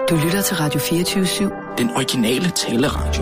Du lytter til Radio 24/7. Den originale taleradio.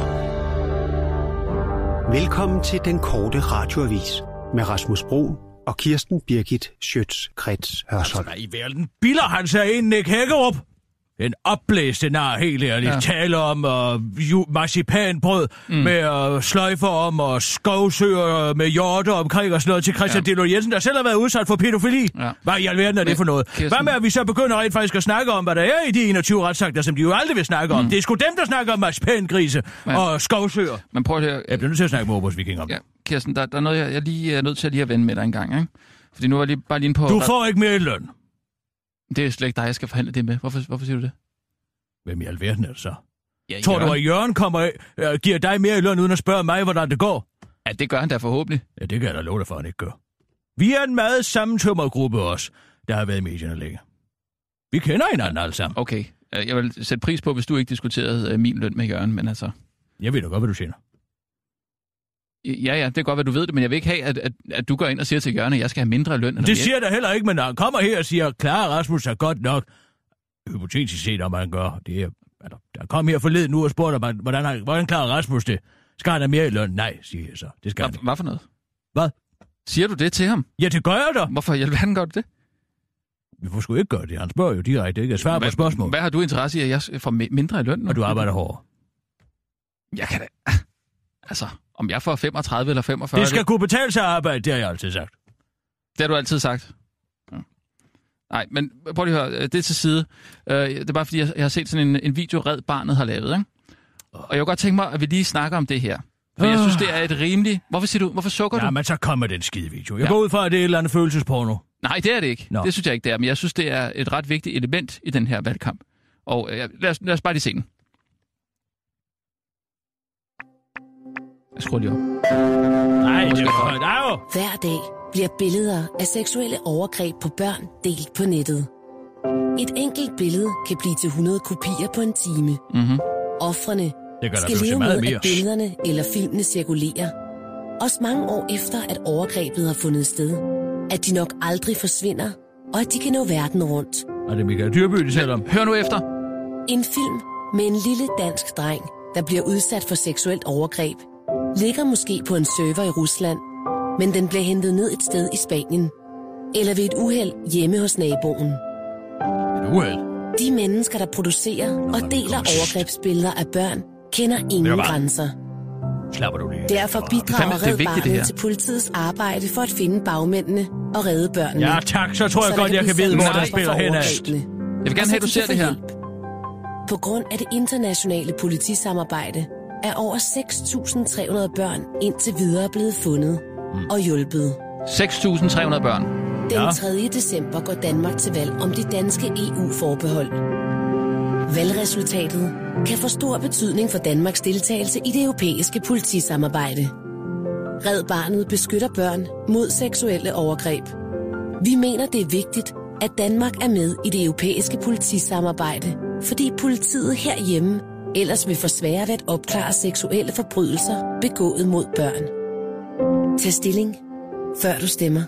Velkommen til den korte radioavis med Rasmus Bro og Kirsten Birgit Schøtz-Krets Hørsholm. Altså, i verden bilder han sig ind, Nick Hækkerup. En opblæste nar, helt ærligt. Ja. Taler om marcipanbrød med sløjfer om og skovsøer med hjorte omkring og sådan noget til Christian Delo Jensen, der selv har været udsat for pædofili. Ja. Hvad i alverden er det for noget? Kirsten. Hvad med, at vi så begynder rent faktisk at snakke om, hvad der er i de 21 retsakter, som de jo aldrig vil snakke om? Det er sgu dem, der snakker om marcipangrise og skovsøer. Men prøv at høre. Jeg bliver nødt til at snakke med Obers Viking om. Ja, Kirsten, der er noget, jeg lige er nødt til at vende med dig en gang, ikke? Fordi nu er jeg bare lige på... Du får ikke mere i løn. Det er slet ikke dig, jeg skal forhandle det med. Hvorfor siger du det? Hvem i alverden er det så? Ja, tror du, at Jørgen giver dig mere i løn, uden at spørge mig, hvordan det går? Ja, det gør han da forhåbentlig. Ja, det kan jeg da love dig for, at han ikke gør. Vi er en meget sammentømret gruppe også, der har været i medierne længe. Vi kender hinanden alle sammen. Okay, jeg vil sætte pris på, hvis du ikke diskuterede min løn med Jørgen, men altså... Jeg ved da godt, hvad du siger. Ja, det er godt, hvad du ved det, men jeg vil ikke have, at du går ind og siger til Jørgen, at jeg skal have mindre løn. Det siger jeg heller ikke, men når han kommer her og siger, Clara Rasmus er godt nok, hypotetisk set, om han gør. Det er, der kom her forleden nu og spurgte, hvordan klarer Rasmus det? Skal han have mere i løn? Nej, siger jeg så. Det skal han. Hvad for noget? Hvad? Siger du det til ham? Ja, det gør jeg da. Hvorfor i alverden gør du det? Vi får sgu ikke gøre det. Han spørger jo direkte, ikke? Jeg svarer på spørgsmål. Hvad har du interesse i, at jeg får mindre i løn? Og du arbejder hårdere. Jeg kan da... Altså, om jeg får 35 eller 45... Det skal kunne betale sig at arbejde, det har jeg altid sagt. Det har du altid sagt? Nej, men prøv lige at høre, det til side. Det er bare fordi, jeg har set sådan en video, Red Barnet har lavet, ikke? Og jeg kunne godt tænke mig, at vi lige snakker om det her. For jeg synes, det er et rimeligt... Hvorfor sukker du? Ja, men så kommer den skide video. Jeg går ud fra, at det er et eller andet følelsesporno. Nej, det er det ikke. Det synes jeg ikke, det er. Men jeg synes, det er et ret vigtigt element i den her valgkamp. Og lad os bare lige se den. Jeg skruer lige op. Nej, det var... Hver dag bliver billeder af seksuelle overgreb på børn delt på nettet. Et enkelt billede kan blive til 100 kopier på en time. Ofrene skal leve med, at billederne eller filmene cirkulerer. Også mange år efter, at overgrebet har fundet sted. At de nok aldrig forsvinder, og at de kan nå verden rundt. Og det er Michael Dyrby, de selv om. Hør nu efter. En film med en lille dansk dreng, der bliver udsat for seksuelt overgreb, ligger måske på en server i Rusland, men den bliver hentet ned et sted i Spanien. Eller ved et uheld hjemme hos naboen. Et uheld? De mennesker, der producerer og deler overgrebsbilleder af børn, kender ingen grænser. Slapper du lige. Derfor bidrager Red Barnet til politiets arbejde for at finde bagmændene og redde børnene. Ja tak, så tror jeg godt, jeg kan vide, hvor der spiller hen af. Jeg vil gerne have, at du ser det her. På grund af det internationale politisamarbejde er over 6.300 børn indtil videre blevet fundet og hjulpet. 6.300 børn. Den 3. december går Danmark til valg om det danske EU-forbehold. Valgresultatet kan få stor betydning for Danmarks deltagelse i det europæiske politisamarbejde. Red Barnet beskytter børn mod seksuelle overgreb. Vi mener, det er vigtigt, at Danmark er med i det europæiske politisamarbejde, fordi politiet herhjemme ellers vil få sværere ved at opklare seksuelle forbrydelser begået mod børn. Tag stilling, før du stemmer.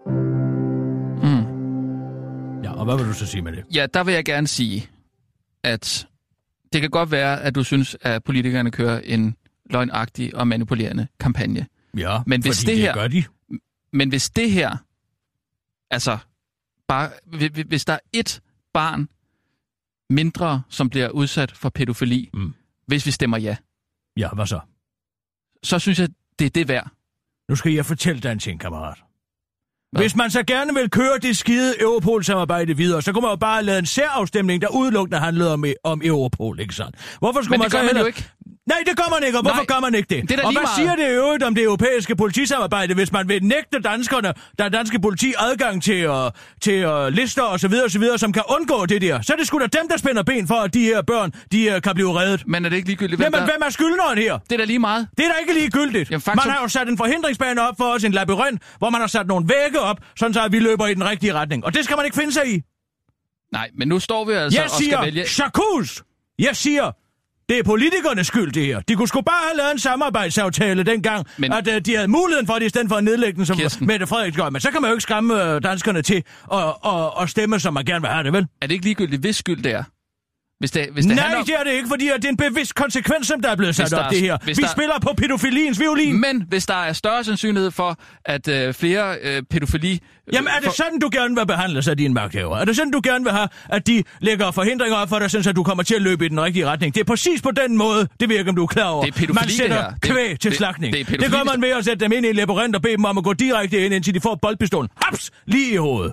Ja, og hvad vil du så sige med det? Ja, der vil jeg gerne sige, at det kan godt være, at du synes, at politikerne kører en løgnagtig og manipulerende kampagne. Ja, men hvis fordi det her, gør de. Men hvis det her, altså bare, hvis der er et barn mindre, som bliver udsat for pædofili, hvis vi stemmer ja. Ja, hvad så? Så synes jeg, det er det værd. Nu skal jeg fortælle dig en ting, kammerat. Hvad? Hvis man så gerne vil køre det skide Europol-samarbejde videre, så kunne man jo bare lave en særafstemning, der udelukkende handlede om Europol, ikke sådan? Hvorfor skulle man så heller... ikke. Nej, det gør man ikke, og hvorfor gør man ikke det? Og hvad siger det i øvrigt om det europæiske politisamarbejde, hvis man vil nægte danskerne, der er danske politi, adgang til lister og så videre, som kan undgå det der? Så er det sgu da dem, der spænder ben for, at de her børn, de kan blive reddet. Men er det ikke ligegyldigt? Hvem er skyldneren her? Det er da lige meget. Det er da ikke ligegyldigt. Jamen, man har jo sat en forhindringsbane op for os, en labyrint, hvor man har sat nogle vægge op, sådan så at vi løber i den rigtige retning. Og det skal man ikke finde sig i. Nej, men nu står vi altså og skal vælge... Jeg siger, det er politikernes skyld, det her. De kunne sgu bare have lavet en samarbejdsaftale dengang, at de havde muligheden for det, i stedet for en nedlægning, som Mette Frederiksen gør. Men så kan man jo ikke skræmme danskerne til at stemme, som man gerne vil have det, vel? Er det ikke ligegyldigt, hvis skyld det er? Nej, det er det ikke, fordi det er en bevidst konsekvens, som der er blevet sat op, det her. Vi spiller på pædofiliens violin. Men hvis der er større sandsynlighed for, at flere pædofili... Jamen, er det sådan, du gerne vil behandles af dine magthaver? Er det sådan, du gerne vil have, at de lægger forhindringer op for dig, sådan at du kommer til at løbe i den rigtige retning? Det er præcis på den måde, det virker, om du er klar over. Det er pædofili, man sætter kvæg til slagtning. Det gør man ved at sætte dem ind i en labyrint og bede dem om at gå direkte ind, indtil de får boldpistolen. Haps! Lige i hovedet.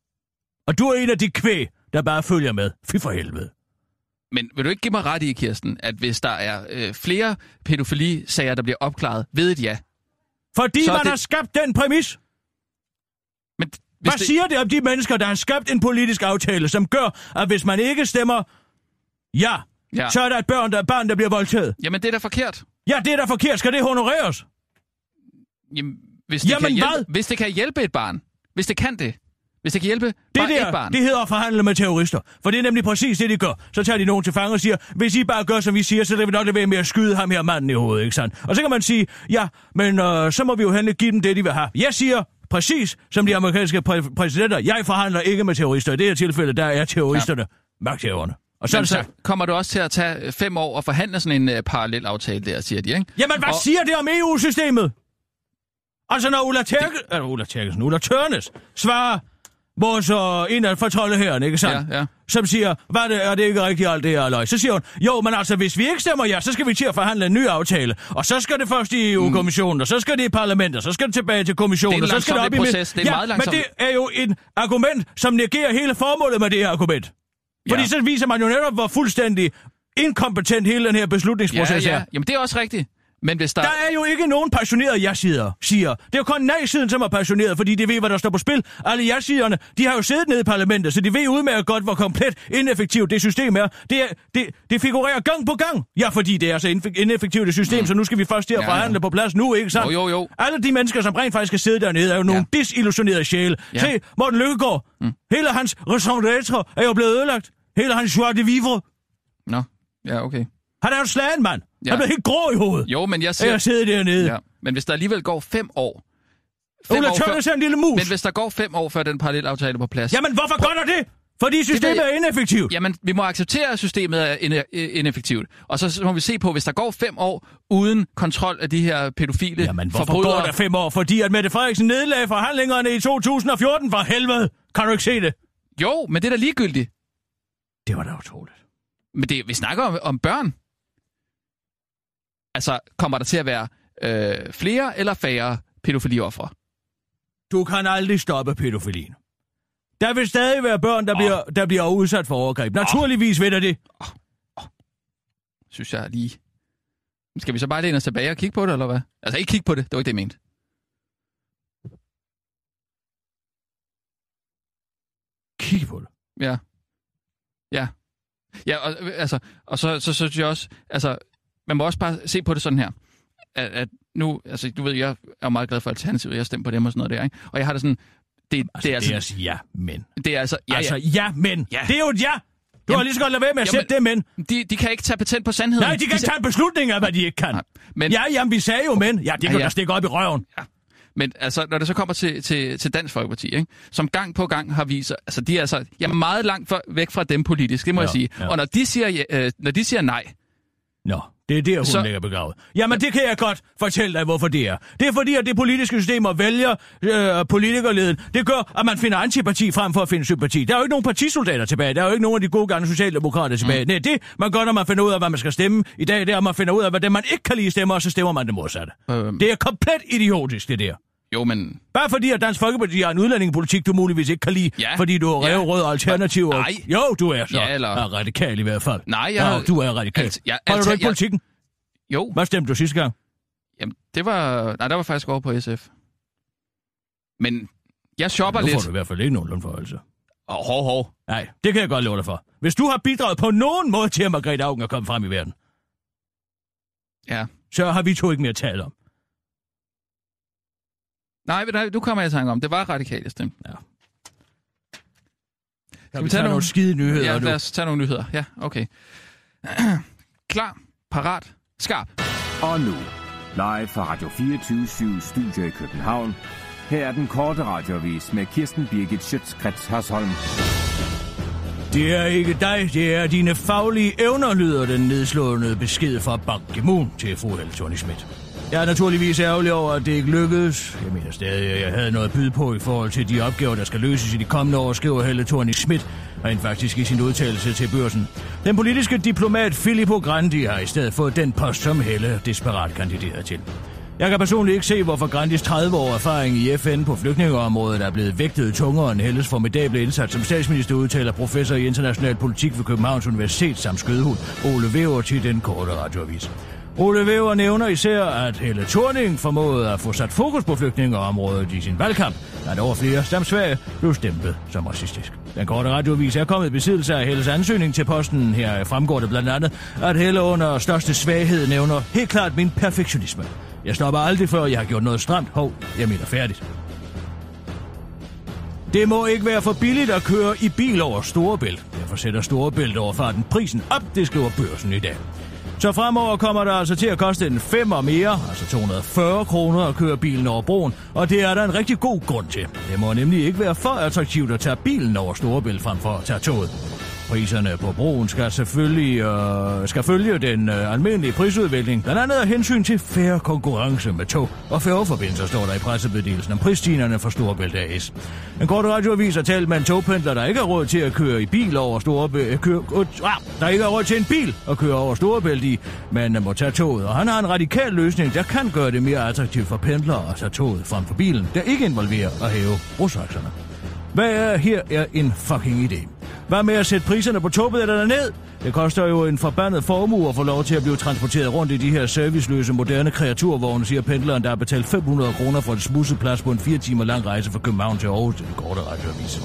Og du er en af de kvæg, der bare følger med. Fy for helvede. Men vil du ikke give mig ret i, Kirsten, at hvis der er flere pædofilisager, der bliver opklaret ved et ja... Fordi man har skabt den præmis. Men hvad siger det om de mennesker, der har skabt en politisk aftale, som gør, at hvis man ikke stemmer ja, så er der et barn, der bliver voldtaget? Jamen, det er da forkert. Ja, det er da forkert. Skal det honoreres? Jamen, hvis det kan hjælpe et barn. Hvis det kan det. Hvis det kan hjælpe bare et barn. Det hedder at forhandle med terrorister. For det er nemlig præcis det, de gør. Så tager de nogen til fange og siger, hvis I bare gør, som vi siger, så er vi nok være med at skyde ham her manden i hovedet, ikke sandt? Og så kan man sige, ja, men så må vi jo handle give dem det, de vil have. Jeg siger præcis som de amerikanske præsidenter, jeg forhandler ikke med terrorister. I det her tilfælde, der er terroristerne magthaverne. Og så kommer du også til at tage 5 år og forhandle sådan en parallel aftale der, siger de, ikke? Jamen, hvad siger det om EU-systemet? Altså, når Ulla Tørnes svarer vores en af fortrolde herren, ikke sandt? Ja. Som siger, er det ikke rigtigt alt det her, løg? Så siger hun, jo, men altså, hvis vi ikke stemmer ja, så skal vi til at forhandle en ny aftale. Og så skal det først i EU-kommissionen, og så skal det i parlamentet, og så skal det tilbage til kommissionen, og så skal det op i proces. Det er meget langsomt. Men det er jo et argument, som negerer hele formålet med det her argument. Fordi så viser man jo netop, hvor fuldstændig inkompetent hele den her beslutningsproces er. Jamen, det er også rigtigt. Men hvis der er jo ikke nogen passionerede ja-sider, siger. Det er jo kun nej-siden, som er passioneret, fordi de ved, hvad der står på spil. Alle ja-siderne, de har jo siddet nede i parlamentet, så de ved udmærket godt, hvor komplet ineffektivt det system er. Det figurerer gang på gang. Ja, fordi det er så ineffektivt det system, så nu skal vi først til at forhandle på plads nu, ikke sandt? Jo. Alle de mennesker, som rent faktisk skal sidde dernede, er jo nogle disillusionerede sjæle. Se, Morten Løkkegaard. Hele hans raison d'être er jo blevet ødelagt. Hele hans joie de vivre. Nå, ja, okay. Han er jo slagen, mand. Ja. Han bliver helt grå i hovedet. Jo, men jeg siger... Jeg sidder dernede. Ja. Men hvis der alligevel går 5 år... Ulla Tørnes er en lille mus. Men hvis der går 5 år, før den parallelaftale er på plads... Jamen, hvorfor gør der det? Fordi systemet er ineffektivt. Jamen, vi må acceptere, at systemet er ineffektivt. Og så må vi se på, hvis der går 5 år uden kontrol af de her pædofile... Jamen, hvorfor går der 5 år? Fordi at Mette Frederiksen nedlagde forhandlingerne i 2014 for helvede. Kan du ikke se det? Jo, men det er da ligegyldigt. Det var da utroligt. Men vi snakker om børn. Altså, kommer der til at være flere eller færre pædofiliofre? Du kan aldrig stoppe pædofilien. Der vil stadig være børn, der bliver udsat for overgreb. Naturligvis ved der det. Synes jeg lige. Skal vi så bare læne os tilbage og kigge på det, eller hvad? Altså, ikke kigge på det. Det var ikke det, jeg mente. Kigge på det? Ja. Ja, og så synes jeg også, altså, man må også bare se på det sådan her, at nu, altså, du ved, jeg er meget glad for Alternativet, jeg stemmer på dem og sådan noget der, ikke? Og jeg har det sådan, det er altså ja, men. Det er altså, ja, men. Ja. Det er jo et ja. Du har lige så godt lade være med at sætte det, men. De kan ikke tage patent på sandheden. Nej, de kan ikke tage en beslutning af, hvad de ikke kan. Nej, men. Jamen, vi sagde jo men. Ja, det kan da stikke op i røven. Ja. Men altså, når det så kommer til Dansk Folkeparti, ikke, som gang på gang har vist, altså de er altså, jeg er meget langt væk fra dem politisk, det må jeg sige. Ja. Og når de siger nej. Nå, det er der, hun ligger begravet. Jamen, det kan jeg godt fortælle dig, hvorfor det er. Det er fordi, at det politiske system og vælger politikerleden, det gør, at man finder antipati frem for at finde sympati. Der er jo ikke nogen partisoldater tilbage. Der er jo ikke nogen af de gode gamle socialdemokrater tilbage. Nej, det man gør, når man finder ud af, hvad man skal stemme i dag, det er, at man finder ud af, hvad det man ikke kan lide stemmer, og så stemmer man det modsatte. Det er komplet idiotisk, det der. Jo, men... Bare fordi, at Dansk Folkeparti har en udlændingepolitik, du muligvis ikke kan lide, fordi du er rød alternativ. Nej. Jo, du er så radikal i hvert fald. Nej, du er radikal. Holder du ikke politikken? Jo. Hvad stemte du sidste gang? Jamen, der var faktisk over på SF. Men jeg shopper lidt. Nu får du i hvert fald ikke nogen lønforholdelse. Hov. Nej, det kan jeg godt love dig for. Hvis du har bidraget på nogen måde til, at Margrethe Auken er kommet frem i verden, så har vi to ikke mere at tale om. Nej, du kommer jeg i tanke om. Det var radikalt stemt. Ja. Skal vi tage nogle skide nyheder nu? Ja, lad os tage nogle nyheder. Ja, okay. Klar, parat, skarp. Og nu, live fra Radio 24/7 Studio i København. Her er den korte radioavis med Kirsten Birgit Schøtz-Krets Hørsholm. Det er ikke dig, det er dine faglige evner, lyder den nedslående besked fra Ban Ki-moon til fru Helle Thorning-Schmidt. Jeg er naturligvis ærgerlig over, at det ikke lykkedes. Jeg mener stadig, at jeg havde noget at byde på i forhold til de opgaver, der skal løses i de kommende år, skriver Helle Thorning-Schmidt, rent faktisk i sin udtalelse til Børsen. Den politiske diplomat Filippo Grandi har i stedet fået den post, som Helle desperat kandiderede til. Jeg kan personligt ikke se, hvorfor Grandis 30 år erfaring i FN på flygtningeområdet er blevet vægtet tungere end Helles formidable indsats som statsminister, udtaler professor i international politik ved Københavns Universitet samt skødehund Ole Wever til den korte radioavis. Ole Wever nævner især, at Helle Thorning formåede at få sat fokus på flygtningeområdet i sin valgkamp, at over flere samt Sverige blev stemplet som racistisk. Den korte radioavis er kommet i besiddelse af Helles ansøgning til posten. Her fremgår det blandt andet, at Helle under største svaghed nævner helt klart min perfektionisme. Jeg stopper aldrig før, jeg har gjort noget stramt. Jeg mener færdigt. Det må ikke være for billigt at køre i bil over Storebælt. Derfor sætter Storebælt overfarten prisen op, det skriver Børsen i dag. Så fremover kommer der altså til at koste en 5 og mere, altså 240 kroner at køre bilen over broen, og det er der en rigtig god grund til. Det må nemlig ikke være for attraktivt at tage bilen over Storebælt frem for at tage toget. Priserne på broen skal selvfølgelig følge den almindelige prisudvikling, blandt andet af hensyn til fair konkurrence med tog og færgeforbindelser, står der i pressemeddelelsen om prisstignerne for Storebælt AS. En kort radioavis har talt med en togpendler, der ikke har råd til at køre i bil over Storebælt, der ikke har råd til en bil at køre over Storebælt i, men må tage toget. Og han har en radikal løsning, der kan gøre det mere attraktivt for pendlere at tage toget frem for bilen, der ikke involverer at hæve brosakserne. Hvad er her er en fucking idé? Hvad med at sætte priserne på togbilletterne ned? Det koster jo en forbandet formue at få lov til at blive transporteret rundt i de her serviceløse, moderne kreaturvogne, siger pendleren, der har betalt 500 kroner for et smudset plads på en 4 timer lang rejse fra København til Aarhus til den korte radioavis.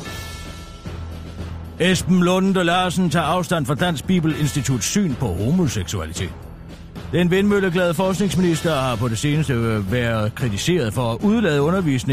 Esben Lunde Larsen tager afstand fra Dansk Bibelinstituts syn på homoseksualitet. Den vindmølleglade forskningsminister har på det seneste været kritiseret for at udlade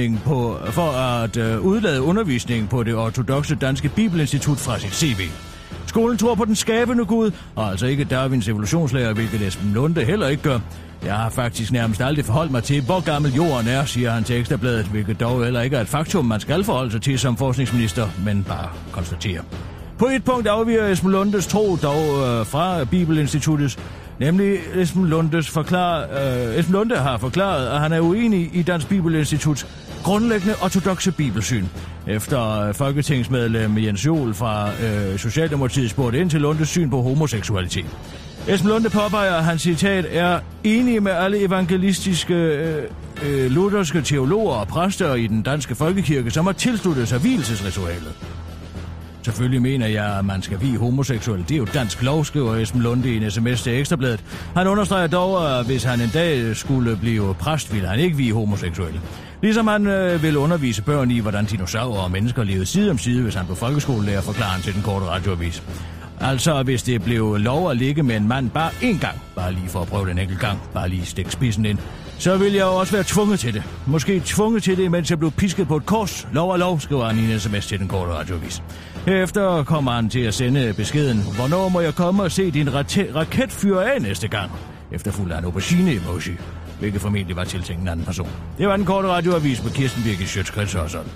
undervisning på det ortodokse Danske Bibelinstitut fra sit CV. Skolen tror på den skabende Gud, og altså ikke Darwins evolutionslære, hvilket Esben Lunde heller ikke gør. Jeg har faktisk nærmest aldrig forholdt mig til, hvor gammel jorden er, siger han til Ekstrabladet, hvilket dog heller ikke er et faktum, man skal forholde sig til som forskningsminister, men bare konstatere. På et punkt afviger Esben Lundes tro dog fra Bibelinstituttets, nemlig Esben Lunde har forklaret, at han er uenig i Dansk Bibelinstituts grundlæggende ortodokse bibelsyn. Efter folketingsmedlem Jens Joel fra Socialdemokratiet spurgte ind til Lundes syn på homoseksualitet. Esben Lunde påpeger, at hans citat er enig med alle evangelistiske lutherske teologer og præster i den danske folkekirke, som har tilsluttet sig vielsesritualet. Selvfølgelig mener jeg, at man skal vie homoseksuelle. Det er jo dansk lov, skriver Esben Lunde i en sms til Ekstrabladet. Han understreger dog, at hvis han en dag skulle blive præst, ville han ikke vie homoseksuelle. Ligesom han ville undervise børn i, hvordan dinosaurer og mennesker levede side om side, hvis han på folkeskolelærer, forklarer han til den korte radioavis. Altså, hvis det blev lov at ligge med en mand bare én gang, bare lige for at prøve den enkelt gang, bare lige stikke spidsen ind, så vil jeg jo også være tvunget til det. Måske tvunget til det, mens jeg blev pisket på et kors. Lov og lov, skriver han i en sms til den korte radioavis. Herefter kommer han til at sende beskeden: hvornår må jeg komme og se din raket fyre af næste gang? Efterfulgt af en aubergine-emoji, hvilket formentlig var tiltænkt en anden person. Det var den korte radioavis med Kirsten Birgit Schøtz-Krets og sådan.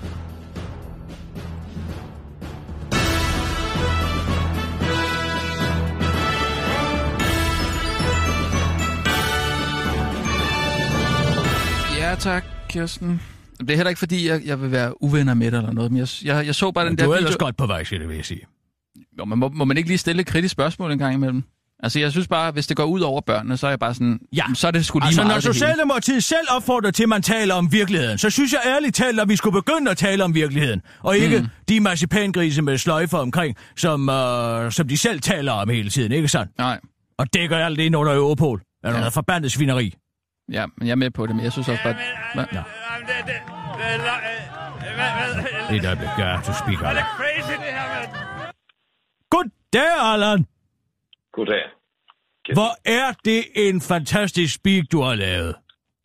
Ja, tak, Kirsten. Det er heller ikke, fordi jeg vil være uvenner med dig eller noget, men jeg så bare den der video. Du er ellers godt på vej, det vil jeg sige. Jo, men må man ikke lige stille et kritisk spørgsmål en gang imellem? Altså, jeg synes bare, hvis det går ud over børnene, så er jeg bare sådan, ja, så er det sgu lige altså, meget. når Socialdemokratiet selv opfordrer til, at man taler om virkeligheden, så synes jeg ærligt talt, at vi skulle begynde at tale om virkeligheden. Og ikke de marcipangrise med sløjfer omkring, som de selv taler om hele tiden, ikke sandt? Nej. Og dækker alt det ind under Europol. Er der noget forbandet svineri? Ja, men jeg er med på det, men jeg synes også bare... Ja. Det er det, gør to speak, Allan. Goddag, Allan. Goddag. Hvor er det en fantastisk speak, du har lavet.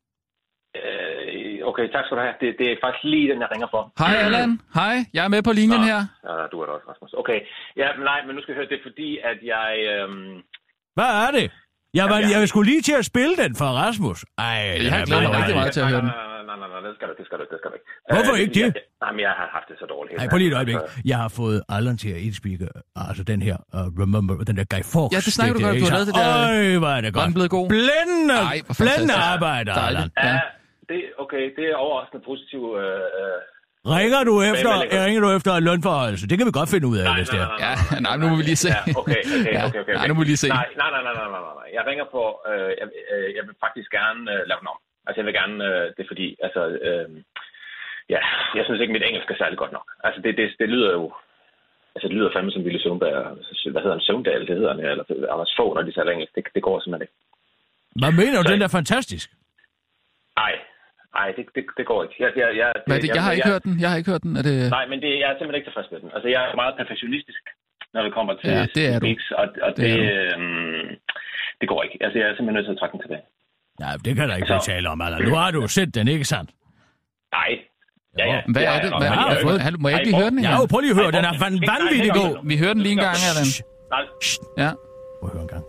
Okay, tak skal du have. Det er faktisk lige den, jeg ringer for. Hej, Allan. Hej, jeg er med på linjen her. Ja, du er der også, Rasmus. Okay, ja, men nu skal jeg høre, det er fordi, at jeg... Hvad er det? Jeg skulle lige til at spille den for Rasmus. Jeg glæder mig rigtig meget til at høre den. det skal du ikke. Hvorfor ikke det? Nej, men jeg har haft det så dårligt. Nej, på lige et øjeblik. Jeg har fået Allan til at indspike, altså den her, Remember, den der Guy Fawkes. Ja, det snakker du godt, du har lavet det der. Øj, hvor er det godt. Var den blevet god? Blændende arbejde, Allan. Ja, det er overraskende positivt. Ringer du efter en lønforholdelse? Det kan vi godt finde ud af, hvis det er. Ja, nej, nu må vi lige se. Ja, okay. Nej, nu må vi lige se. Nej. Jeg ringer på, jeg vil faktisk gerne lave den om. Altså, jeg vil gerne, det er fordi, altså, jeg synes ikke, mit engelsk er særlig godt nok. Altså, det lyder jo, altså, det lyder fandme som Ville Søvnberg, hvad hedder han, Søvndal, det hedder han, eller Anders Fogh, når de taler engelsk. Det går simpelthen ikke. Hvad mener du, den er fantastisk? Nej, det går ikke. Jeg har ikke hørt den. Er det... Nej, men jeg er simpelthen ikke tilfreds med den. Altså, jeg er meget perfektionistisk, når det kommer til speaks, og det går ikke. Altså, jeg er simpelthen nødt til at trække den tilbage. Nej, det kan der ikke blive tale om, Allan. Nu har du set den, ikke sandt? Nej. Ja. Hvad er det? Må jeg ikke lige høre den? Ja, prøv lige at høre. Den er vanvittig god. Vi hører den lige en gang, Allan. Nej. Ja. Prøv at høre en gang.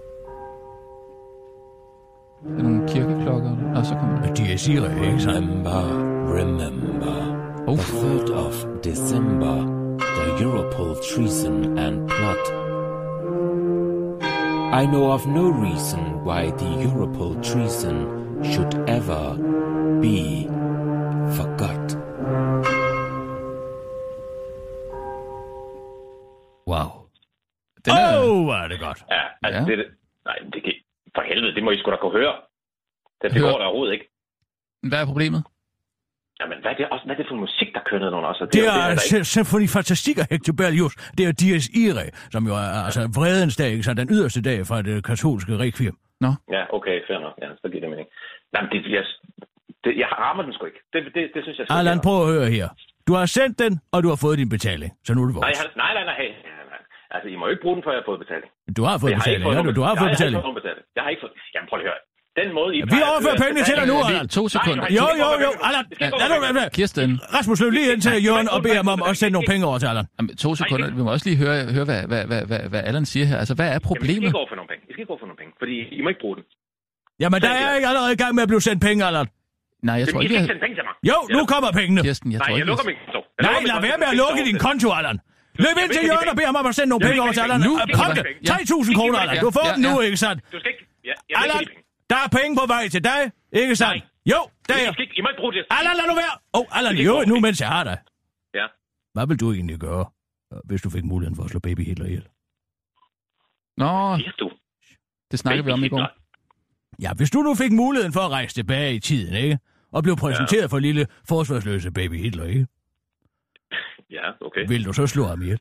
Det er nogle kirkeklokker, og så kommer det. De er Siri, ikke sandt? Remember. The 3rd of December. The Europol treason and plot. I know of no reason why the Europol treason should ever be forgot. Wow. Hvor er det godt. Ja, altså det kan... For helvede, det må I sgu da kunne høre. Det går der overhovedet ikke. Hvad er problemet? Jamen, hvad er det for musik, der kører ned under os? Det er Symfoni Fantastica Hector Berlioz. Det er Dies Irae, som jo er altså vredens dag, ikke? Så den yderste dag fra det katolske requiem. Nå. Ja, okay, fair nok. Ja, så giver det mening. Nej, men jeg rammer den sgu ikke. Det synes jeg... Allan, prøv at høre her. Du har sendt den, og du har fået din betaling. Så nu er det vores. Nej. Altså, I må jo ikke bruge den, før jeg har fået betaling. Du har fået betaling, ja? Du har fået betaling. Jeg har ikke fået... Jamen, prøv at høre. Den måde, I... Vi overfører pengene til dig nu, Allan. 2 sekunder. Jo. Allan, lad nu... Kirsten. Rasmus, løb lige ind til Jørgen og beder ham om at sende nogle penge over til Allan. 2 sekunder. Vi må også lige høre hvad Allan siger her. Altså, hvad er problemet? Jamen, I skal ikke over for nogle penge. I skal ikke over for nogle penge, fordi I må ikke bruge den. Jamen, der er ikke allerede i gang med at blive sendt penge, Allan. Nej, jeg tror ikke... I skal ikke sende penge til mig. Jo, nu kommer pengene. Kirsten, jeg tror ikke... Nej, jeg lukker min konto. Nej, lad være med at lukke din konto, Allan. Løb ind til Jørgen og bed ham om at sende nogle penge over til Allan. Kom det. 3.000 kroner, Allan. Du får den nu, ikke sandt? Du skal ikke... Allan, der er penge på vej til dig, ikke sandt? Jo, der er. I må ikke bruge det. Allan, lad nu være. Allan, jo, nu mens jeg har dig. Ja. Hvad vil du egentlig gøre, hvis du fik muligheden for at slå baby Hitler ihjel? Nå, det snakkede vi om i går. Ja, hvis du nu fik muligheden for at rejse tilbage i tiden, ikke? Og blev præsenteret for lille forsvarsløse baby Hitler, ikke? Ja, okay. Vil du så slå ham ihjel?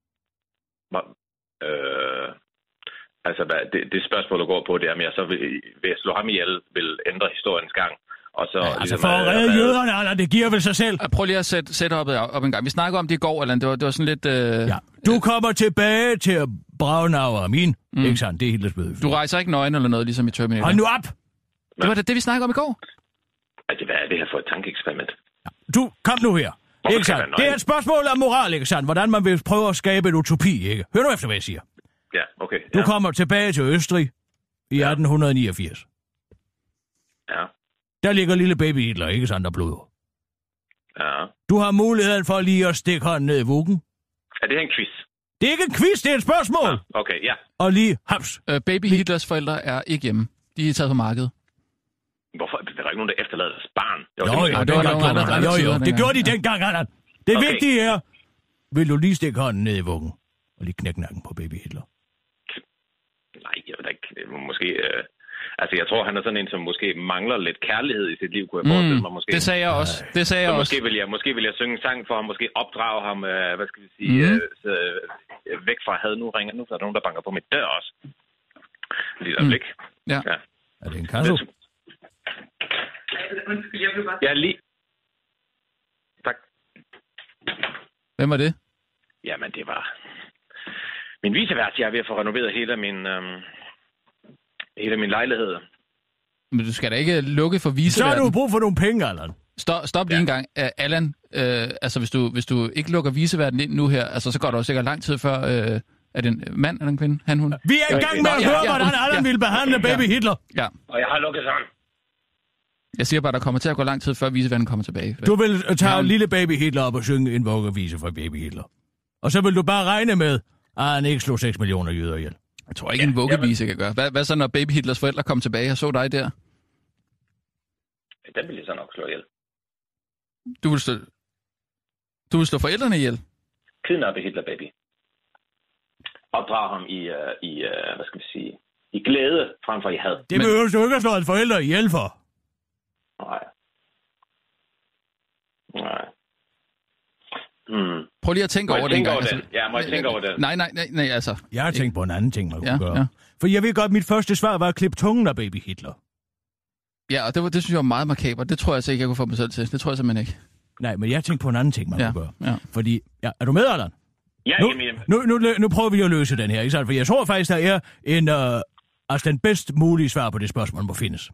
Altså, det spørgsmål, der går på, det er, om jeg så vil slå ham ihjel, vil ændre historiens gang. Og så, ja, altså, for at redde jøderne, Allan, det giver vel sig selv. Prøv lige at sætte op en gang. Vi snakker om det i går, Allan. Det var sådan lidt... Ja, du kommer tilbage til Braunau og min. Ikke sandt? Det er Hitlers bøde. Du rejser ikke nøgen eller noget, ligesom i Terminator. Hold nu op! Det var det, vi snakkede om i går. Altså, hvad er det her for et tankeeksperiment? Ja. Du, kom nu her. Ikke sandt? Det er et spørgsmål om moral, ikke sandt? Hvordan man vil prøve at skabe en utopi, ikke? Hør nu efter, hvad jeg siger. Ja, okay. Du kommer tilbage til Østrig i 1889. Ja. Der ligger lille baby Hitler, ikke sandt, der blod. Ja. Du har muligheden for lige at stikke hånden ned i vuggen. Er det her en quiz? Det er ikke en quiz, det er et spørgsmål. Ja, okay, ja. Og lige haps. Baby Hitlers forældre er ikke hjemme. De er taget på markedet. Hvorfor? Der var ikke nogen, der efterlader deres barn. Jo, det gjorde de dengang, Allan. Det vigtige er, vil du lige stikke hånden ned i vuggen og lige knække nakken på baby Hitler? Nej, jeg ved da ikke. Måske... Altså, jeg tror, han er sådan en, som måske mangler lidt kærlighed i sit liv, kunne jeg forestille mig. Måske. Det sagde jeg også. Måske vil jeg synge en sang for ham, måske opdrage ham, hvad skal vi sige, væk fra had. Nu ringer, nu er der nogen, der banker på mit dør også. Lige der blik. Ja. Er det en kasse? Ja, lige. Tak. Hvem var det? Jamen, det var min vicevært. Jeg er ved at få renoveret hele min lejlighed. Men du skal da ikke lukke for viceværten. Så har du brug for nogle penge, Allan. Stop lige en gang. Allan, altså hvis du ikke lukker viceværten ind nu her, altså så går der jo sikkert lang tid før... Er det en mand eller en kvinde? Hun? Vi er i gang med at høre, hvordan Allan ville behandle baby Hitler. Ja. Og jeg har lukket sådan. Jeg siger bare, der kommer til at gå lang tid, før visevennen kommer tilbage. Du vil tage lille baby Hitler op og synge en vuggevise for baby Hitler. Og så vil du bare regne med, at han ikke slog 6 millioner jøder ihjel. Jeg tror ikke, en vuggevise kan gøre. Hvad så, når baby Hitlers forældre kom tilbage og så dig der? Den vil jeg så nok slå ihjel. Du vil slå forældrene ihjel? Kidnappe Hitler, baby. Opdrage ham i hvad skal vi sige, i glæde frem for i had. Det behøver du ikke at slå en forældre ihjel for. Nej. Prøv lige at tænke over det en gang. Ja, må jeg tænke over det? Nej, altså. Jeg har tænkt på en anden ting, man kunne gøre. Ja. For jeg ved godt, at mit første svar var at klippe tungen af baby Hitler. Ja, og det synes jeg var meget makabert. Det tror jeg altså ikke, jeg kunne få mig selv til. Det tror jeg simpelthen ikke. Nej, men jeg tænkte på en anden ting, man kunne gøre. Ja. Fordi, er du med, Allan? Ja, nu prøver vi at løse den her, ikke sant? For jeg tror faktisk, der er den bedst mulige svar på det spørgsmål, må findes.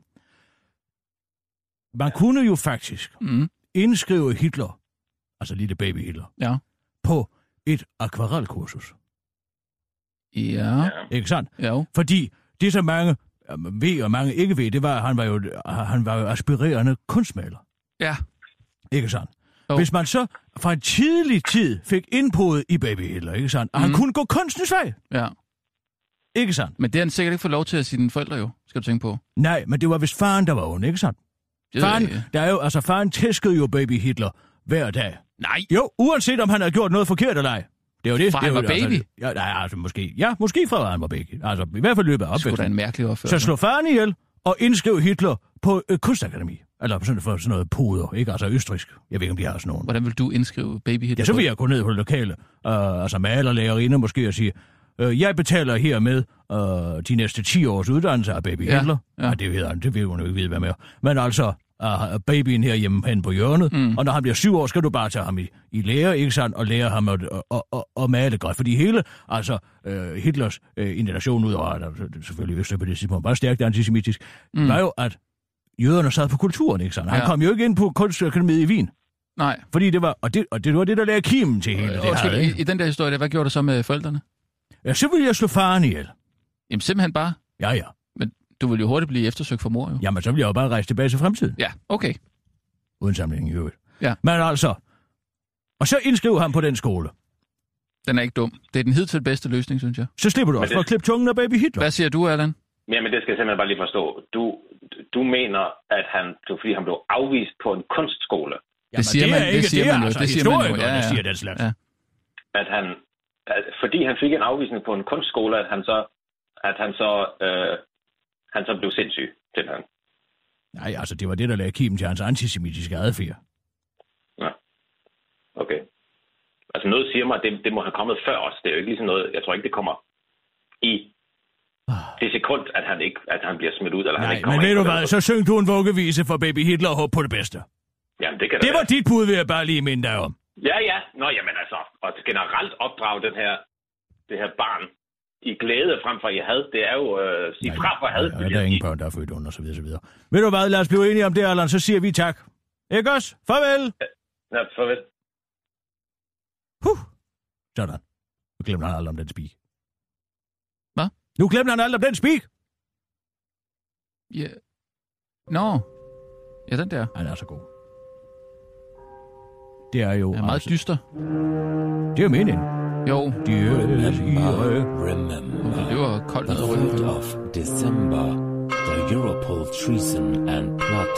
Man kunne jo faktisk indskrive Hitler, altså lille baby Hitler, på et akvarelkursus. Ja. Ikke sandt? Jo. Fordi det, som mange ved og mange ikke ved, det var, at han var jo aspirerende kunstmaler. Ja. Ikke sandt? Hvis man så fra en tidlig tid fik indpodet i baby Hitler, ikke sandt? Og han kunne gå kunstens vej. Ja. Ikke sandt? Men det har han sikkert ikke fået lov til af sine forældre jo, skal du tænke på. Nej, men det var vist faren, der var ond, ikke sandt? Faren tæskede jo baby Hitler hver dag. Nej. Jo, uanset om han havde gjort noget forkert eller ej. Det er jo det. Fra han var baby? Måske fra han var baby. Altså, i hvert fald løbet af opvæksten. Det skulle da en mærkelig opførsel. Så slå faren ihjel og indskriv Hitler på kunstakademi. Eller sådan noget puder, ikke? Altså østrigsk. Jeg ved ikke, om de har sådan nogen. Hvordan vil du indskrive baby Hitler? Ja, så vil jeg gå ned på det lokale, altså malerlærerinde måske, og sige, jeg betaler hermed de næste 10 års uddannelse af baby Hitler. Ja, det vil hun jo ikke vide, hvad med. Men altså, babyen her hjemme hen på hjørnet, og når han bliver 7 år, skal du bare tage ham i lære, ikke sandt, og lære ham at male godt. Fordi hele, Hitlers indignation ud over, selvfølgelig Østrig på det tidspunkt, bare stærkt antisemitisk, var jo, at jøderne sad på kulturen, ikke sandt? Han kom jo ikke ind på kunstakademiet i Wien. Nej. Fordi det var, og det var det, der lagde kimen til hele det her, ikke? I den der historie, hvad gjorde du så med forældrene? Ja, så ville jeg slå faren ihjel. Jamen simpelthen bare? Ja. Men du ville jo hurtigt blive eftersøgt for mord, jo. Jamen, så ville jeg jo bare rejse tilbage til fremtiden. Ja, okay. Uden sammenligning i øvrigt. Ja. Men altså, og så indskriv ham på den skole. Den er ikke dum. Det er den hidtil bedste løsning, synes jeg. Så slipper du også for at klippe tungen af baby Hitler. Hvad siger du, Allan? Jamen, det skal jeg simpelthen bare lige forstå. Du mener, at fordi han blev afvist på en kunstskole. Det siger man jo. Det siger den slags. Ja. At fordi han fik en afvisning på en kunstskole, at han så blev sindssyg, simpelthen. Nej, altså det var det, der lagde kimen til hans antisemitiske adfærd. Ja. Okay. Altså noget siger mig, at det må have kommet før os. Det er jo ikke ligesom noget, jeg tror ikke, det kommer i det sekund, at han bliver smidt ud. Eller han ikke kommer. Men ved du hvad, så syng du en vuggevise for baby Hitler og håb på det bedste. Jamen, det var dit bud, vil jeg bare lige minde dig om. Ja. Nå, jamen altså, og generelt opdrage det her barn i glæde frem for i had, det er jo sige fra for had. Ja, der er ingen børn, der er født under, så videre. Ved du hvad, lad os blive enige om det, Allan, så siger vi tak. Ikke også? Farvel! Ja, farvel. Sådan. Nu glemmer han alt om den speak. Hvad? Nu glemmer han alt om den speak! Ja. Nå. Ja, den der. Han er så god. Det er jo... Det er meget dyster. Det er jo meningen. Jo. Remember det var koldt. The 3rd of December, the Europol treason and plot.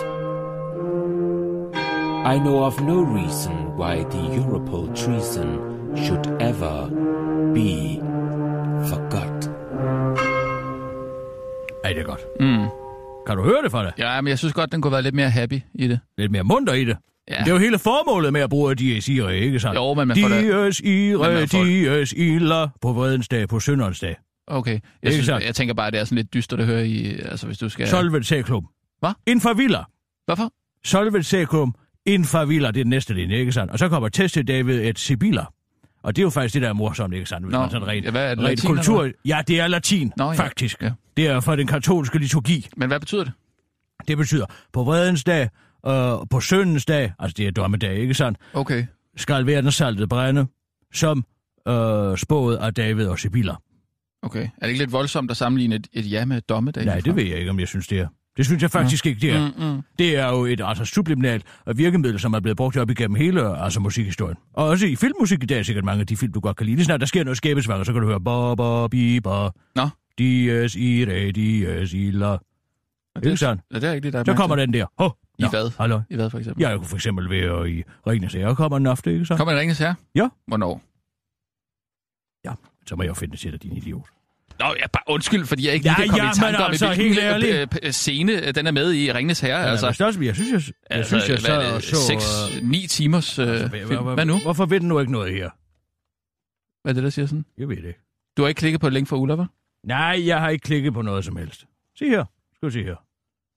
I know of no reason why the Europol treason should ever be forgot. Ej, det er godt. Kan du høre det fra det? Ja, men jeg synes godt, den kunne være lidt mere happy i det. Lidt mere munter i det? Ja. Det er jo hele formålet med at bruge Dies Irae, ikke sant? Jo, men man får Dies Irae, Dies Illa, på vredens dag, på synderens dag. Okay. Jeg tænker bare, at det er sådan lidt dystert at høre i, altså hvis du skal... Solvet Seklum. Hvad? Infavilla. Hvorfor? Solvet Seklum, Infavilla, det er den næste linje, ikke sant? Og så kommer Teste David et Sibilla. Og det er jo faktisk det, der er morsomt, ikke sant? Hvis man sådan rent kultur... Ja, det er latin, faktisk. Ja. Det er fra den katolske liturgi. Men hvad betyder det? Det betyder, på vredens dag, på syndens dag, altså det er dommedag, ikke sandt? Okay. Skal verdenssaltet brænde, som spået af David og Sibilla. Okay. Er det ikke lidt voldsomt at sammenligne et ja med dommedag? Nej, det ved jeg ikke, om jeg synes, det er. Det synes jeg faktisk ikke, det er. Det er jo et subliminalt virkemiddel, som er blevet brugt op igennem hele musikhistorien. Og også i filmmusik i dag er sikkert mange af de film, du godt kan lide. Lige snart der sker noget skæbesvanger, så kan du høre ba-ba-bi-ba. Nå. Dies ire, dies illa. Ikke sådan? Ja, det er ikke det, der er så kommer den der. I hvad? Hallo. I hvad for eksempel? Jeg kunne for eksempel være i Ringenes Herre. Kommer den ofte, ikke så? Kommer den Ringenes Herre? Ja. Hvornår? Ja, så må jeg jo finde til dig, din idiot. Nå, ja, bare undskyld, fordi jeg ikke lige kan komme i tanke om, hvilken scene den er med i Ringenes Herre. Ja, altså, jeg synes, jeg så 6-9 timers film. Hvad nu? Hvorfor ved den nu ikke noget her? Hvad er det, der siger sådan? Jeg ved det. Du har ikke klikket på et link for Ulla, hva'? Nej, jeg har ikke klikket på noget som helst. Se her. Skal du se her.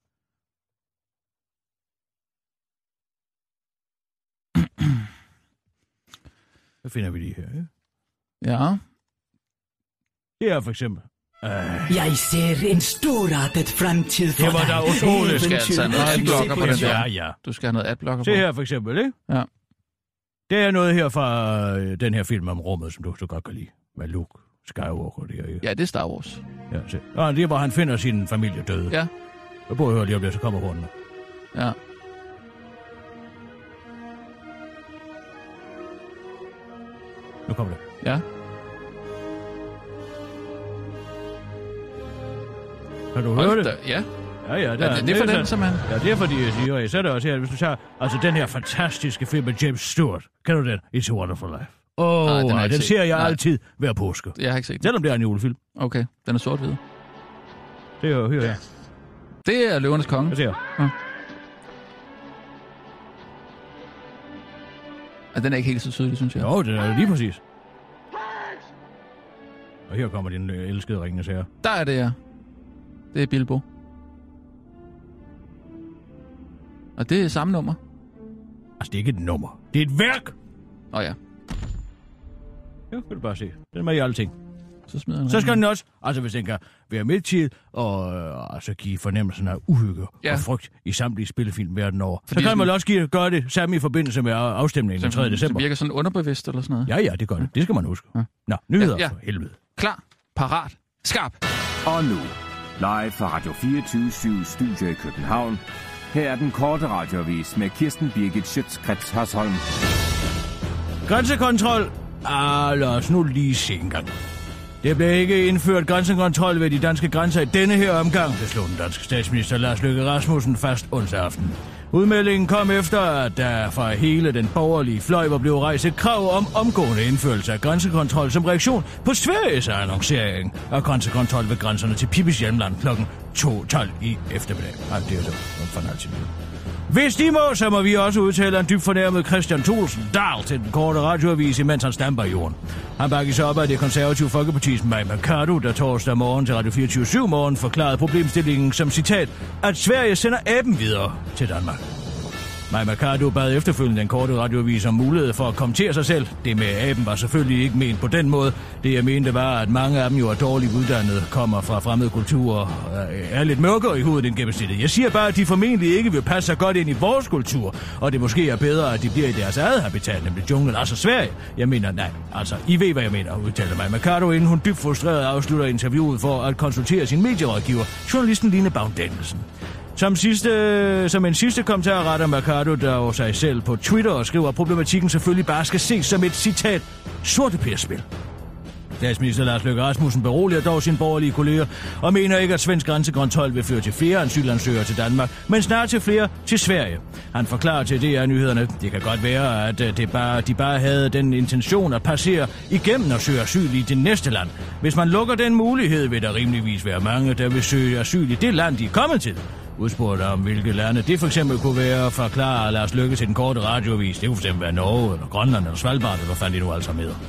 Så finder vi lige her, ikke? Ja. Det er for eksempel. Jeg ser en storartet fremtid for dig. Det var da utroligt. Du skal altså have noget adblocker på den der. Ja. Du skal have noget adblocker på. Se her for eksempel, ikke? Ja. Det er noget her fra den her film om rummet, som du så godt kan lide. Med Luke Skywalker der, ikke? Ja, det er Star Wars. Ja, se. Og det er, hvor han finder sin familie døde. Ja. Jeg prøver at høre lige om det, så kommer rundt. Ja. Nu kommer det. Ja. Kan du høre det? Ja. Ja, det er for den, som han... Ja, det er fordi, jeg siger, så er det også her, hvis du tager, den her fantastiske film med James Stewart. Kender du den? It's a Wonderful Life. Den ser jeg altid hver påske. Jeg har ikke set den. Selvom det er en julefilm. Okay, den er sort-hvid. Det er jo her. Det er Løvernes Konge. Jeg ser. Ja. Og den er ikke helt så tydelig, synes jeg. Jo, det er lige præcis. Og her kommer din elskede Ringenes Herre. Der er det, ja. Det er Bilbo. Og det er samme nummer. Altså, det er ikke et nummer. Det er et værk! Ja. Ja, kan du bare se. Den med i alting. Så skal den også, hvis den kan være med til at give fornemmelsen af uhygge og frygt i samtlige spillefilm verden over. Fordi så kan man også gøre det samme i forbindelse med afstemningen den 3. december. Det virker sådan underbevidst eller sådan noget. Ja, det gør det. Det skal man huske. Ja. Nå, nyheder for helvede. Klar, parat, skarp. Og nu, live fra Radio 24/7 Studio i København. Her er den korte radioavis med Kirsten Birgit Schøtz-Krets Hørsholm. Grænsekontrol. Lad os nu lige se en gang. Det blev ikke indført grænsekontrol ved de danske grænser i denne her omgang, det slog den danske statsminister Lars Løkke Rasmussen fast onsdag aften. Udmeldingen kom efter, at der fra hele den borgerlige fløj var blevet rejst et krav om omgående indførelse af grænsekontrol som reaktion på Sveriges annoncering af grænsekontrol ved grænserne til Pippis hjemland kl. 2:12 i eftermiddag. Det er så fornøjelse. Hvis de må, så må vi også udtale en dybt fornærmet Christian Thulesen Dahl til den korte radioavis, imens han stamper i jorden. Han bakkes op af det konservative Folkepartis Mai Mercado, der torsdag morgen til Radio 24/7 morgen forklarede problemstillingen som citat, at Sverige sender aben videre til Danmark. Mai Mercado bad efterfølgende den korte radioavis om mulighed for at kommentere sig selv. Det med aben var selvfølgelig ikke ment på den måde. Det jeg mente var, at mange af dem jo er dårligt uddannede, kommer fra fremmede kulturer, er lidt mørkere i hovedet end gennemsnittet. Jeg siger bare, at de formentlig ikke vil passe sig godt ind i vores kultur, og det måske er bedre, at de bliver i deres eget habitat, nemlig junglen, altså Sverige. Jeg mener, nej, I ved, hvad jeg mener, udtaler Mai Mercado, inden hun dybt frustreret afslutter interviewet for at konsultere sin medierådgiver, journalisten Line Baum Danielsen. Som en sidste kommentar retter Mercado der sig selv på Twitter og skriver, at problematikken selvfølgelig bare skal ses som et citat sorteperspil. Statsminister Lars Løkke Rasmussen beroliger dog sine borgerlige kolleger og mener ikke, at svensk grænsekontrol vil føre til flere asylansøgere til Danmark, men snart til flere til Sverige. Han forklarer til DR-nyhederne, det kan godt være, at de bare havde den intention at passere igennem og søge asyl i det næste land. Hvis man lukker den mulighed, vil der rimeligvis være mange, der vil søge asyl i det land, de er kommet til. Udspurgt om, hvilke lande det for eksempel kunne være, forklarer Lars Løkke til den korte radioavis. Det kunne for eksempel være Norge, eller Grønland, eller Svalbard, eller hvad fanden de nu altså med.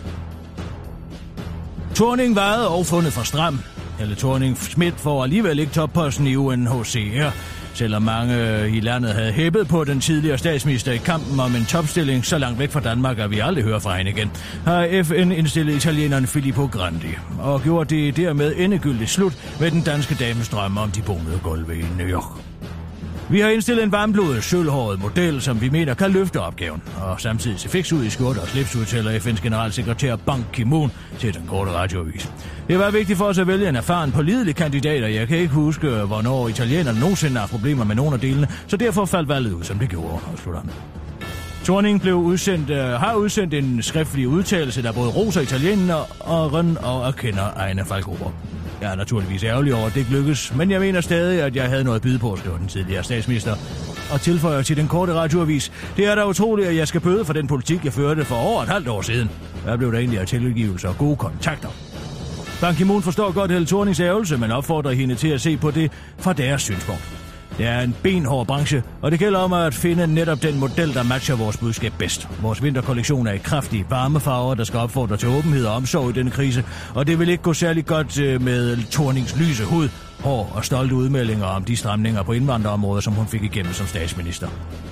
Thorning vejede og fundet for stram. Helle Thorning-Schmidt får alligevel ikke topposten i UNHCR. Selvom mange i landet havde hæppet på den tidligere statsminister i kampen om en topstilling så langt væk fra Danmark, at vi aldrig hører fra hende igen, har FN indstillet italieneren Filippo Grandi og gjort det dermed endegyldigt slut med den danske dames drømme om de bonede gulve i New York. Vi har indstillet en varmblodet, sølvhåret model, som vi mener kan løfte opgaven, og samtidig se fiks ud i skjorte og slips, udtaler FN's generalsekretær Ban Ki-moon til den korte radioavis. Det var vigtigt for os at vælge en erfaren, pålidelig kandidat, og jeg kan ikke huske, hvornår italienerne nogensinde har problemer med nogle af delene, så derfor faldt valget ud, som det gjorde, afslutter han. Thorning har udsendt en skriftlig udtalelse, der både roser italienerne og erkender egne faldgrupper. Jeg er naturligvis ærgerlig over, at det ikke lykkes, men jeg mener stadig, at jeg havde noget at byde på, skriver den tidligere statsminister. Og tilføjer til den korte radioavis: det er da utroligt, at jeg skal bøde for den politik, jeg førte for over et halvt år siden. Der blev der egentlig af tilgivelser og gode kontakter. Ban Ki-moon forstår godt Helle Thornings ærgelse, men opfordrer hende til at se på det fra deres synspunkt. Det er en benhård branche, og det gælder om at finde netop den model, der matcher vores budskab bedst. Vores vinterkollektion er i kraftige varmefarver, der skal opfordre til åbenhed og omsorg i denne krise, og det vil ikke gå særlig godt med Thornings lyse hud, hår og stolte udmeldinger om de stramninger på indvandrerområdet, som hun fik igennem som statsminister.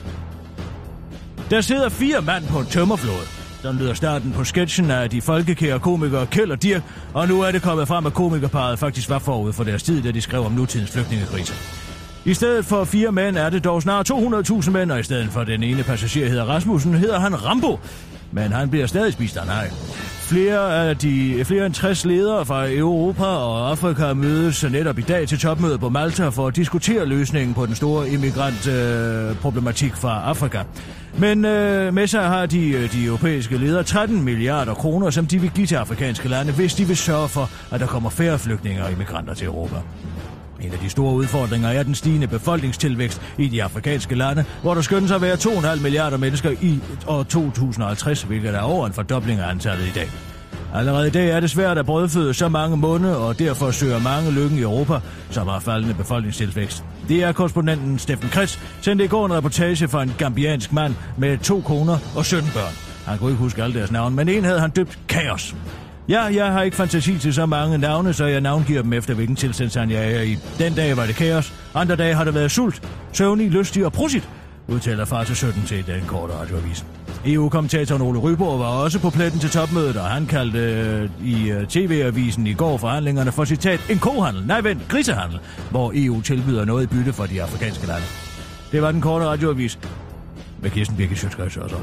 Der sidder 4 mand på en tømmerflåde. Sådan lyder starten på sketchen af de folkekære komikere Kjeld og Dirch, og nu er det kommet frem, at komikerparet faktisk var forud for deres tid, da de skrev om nutidens flygtningekrise. I stedet for 4 mænd er det dog snart 200.000 mænd, og i stedet for den ene passager hedder Rasmussen, hedder han Rambo. Men han bliver stadig spist af en haj. Flere end 60 ledere fra Europa og Afrika mødes netop i dag til topmøde på Malta for at diskutere løsningen på den store immigrantproblematik fra Afrika. Men med sig har de europæiske ledere 13 milliarder kroner, som de vil give til afrikanske lande, hvis de vil sørge for, at der kommer færre flygtninge og immigranter til Europa. En af de store udfordringer er den stigende befolkningstilvækst i de afrikanske lande, hvor der skønnes at være 2,5 milliarder mennesker i år 2050, hvilket er over en fordobling af antallet i dag. Allerede i dag er det svært at brødføde så mange munde, og derfor søger mange lykken i Europa, som har faldende befolkningstilvækst. Det er korrespondenten Steffen Kretz sendte i går en reportage fra en gambiansk mand med 2 koner og 17 børn. Han kunne ikke huske alle deres navn, men en havde han døbt Kaos. Ja, jeg har ikke fantasi til så mange navne, så jeg navngiver dem efter, hvilken tilstand jeg er i. Den dag var det kaos, andre dage har det været sult, søvnig, lystig og prusigt, udtaler far til 17 til den korte radioavis. EU-kommentatoren Ole Ryborg var også på pletten til topmødet, og han kaldte i TV-avisen i går forhandlingerne for citat en kohandel, grisehandel, hvor EU tilbyder noget i bytte for de afrikanske lande. Det var den korte radioavis med Kirsten Birgit Schøtz-Krets og så.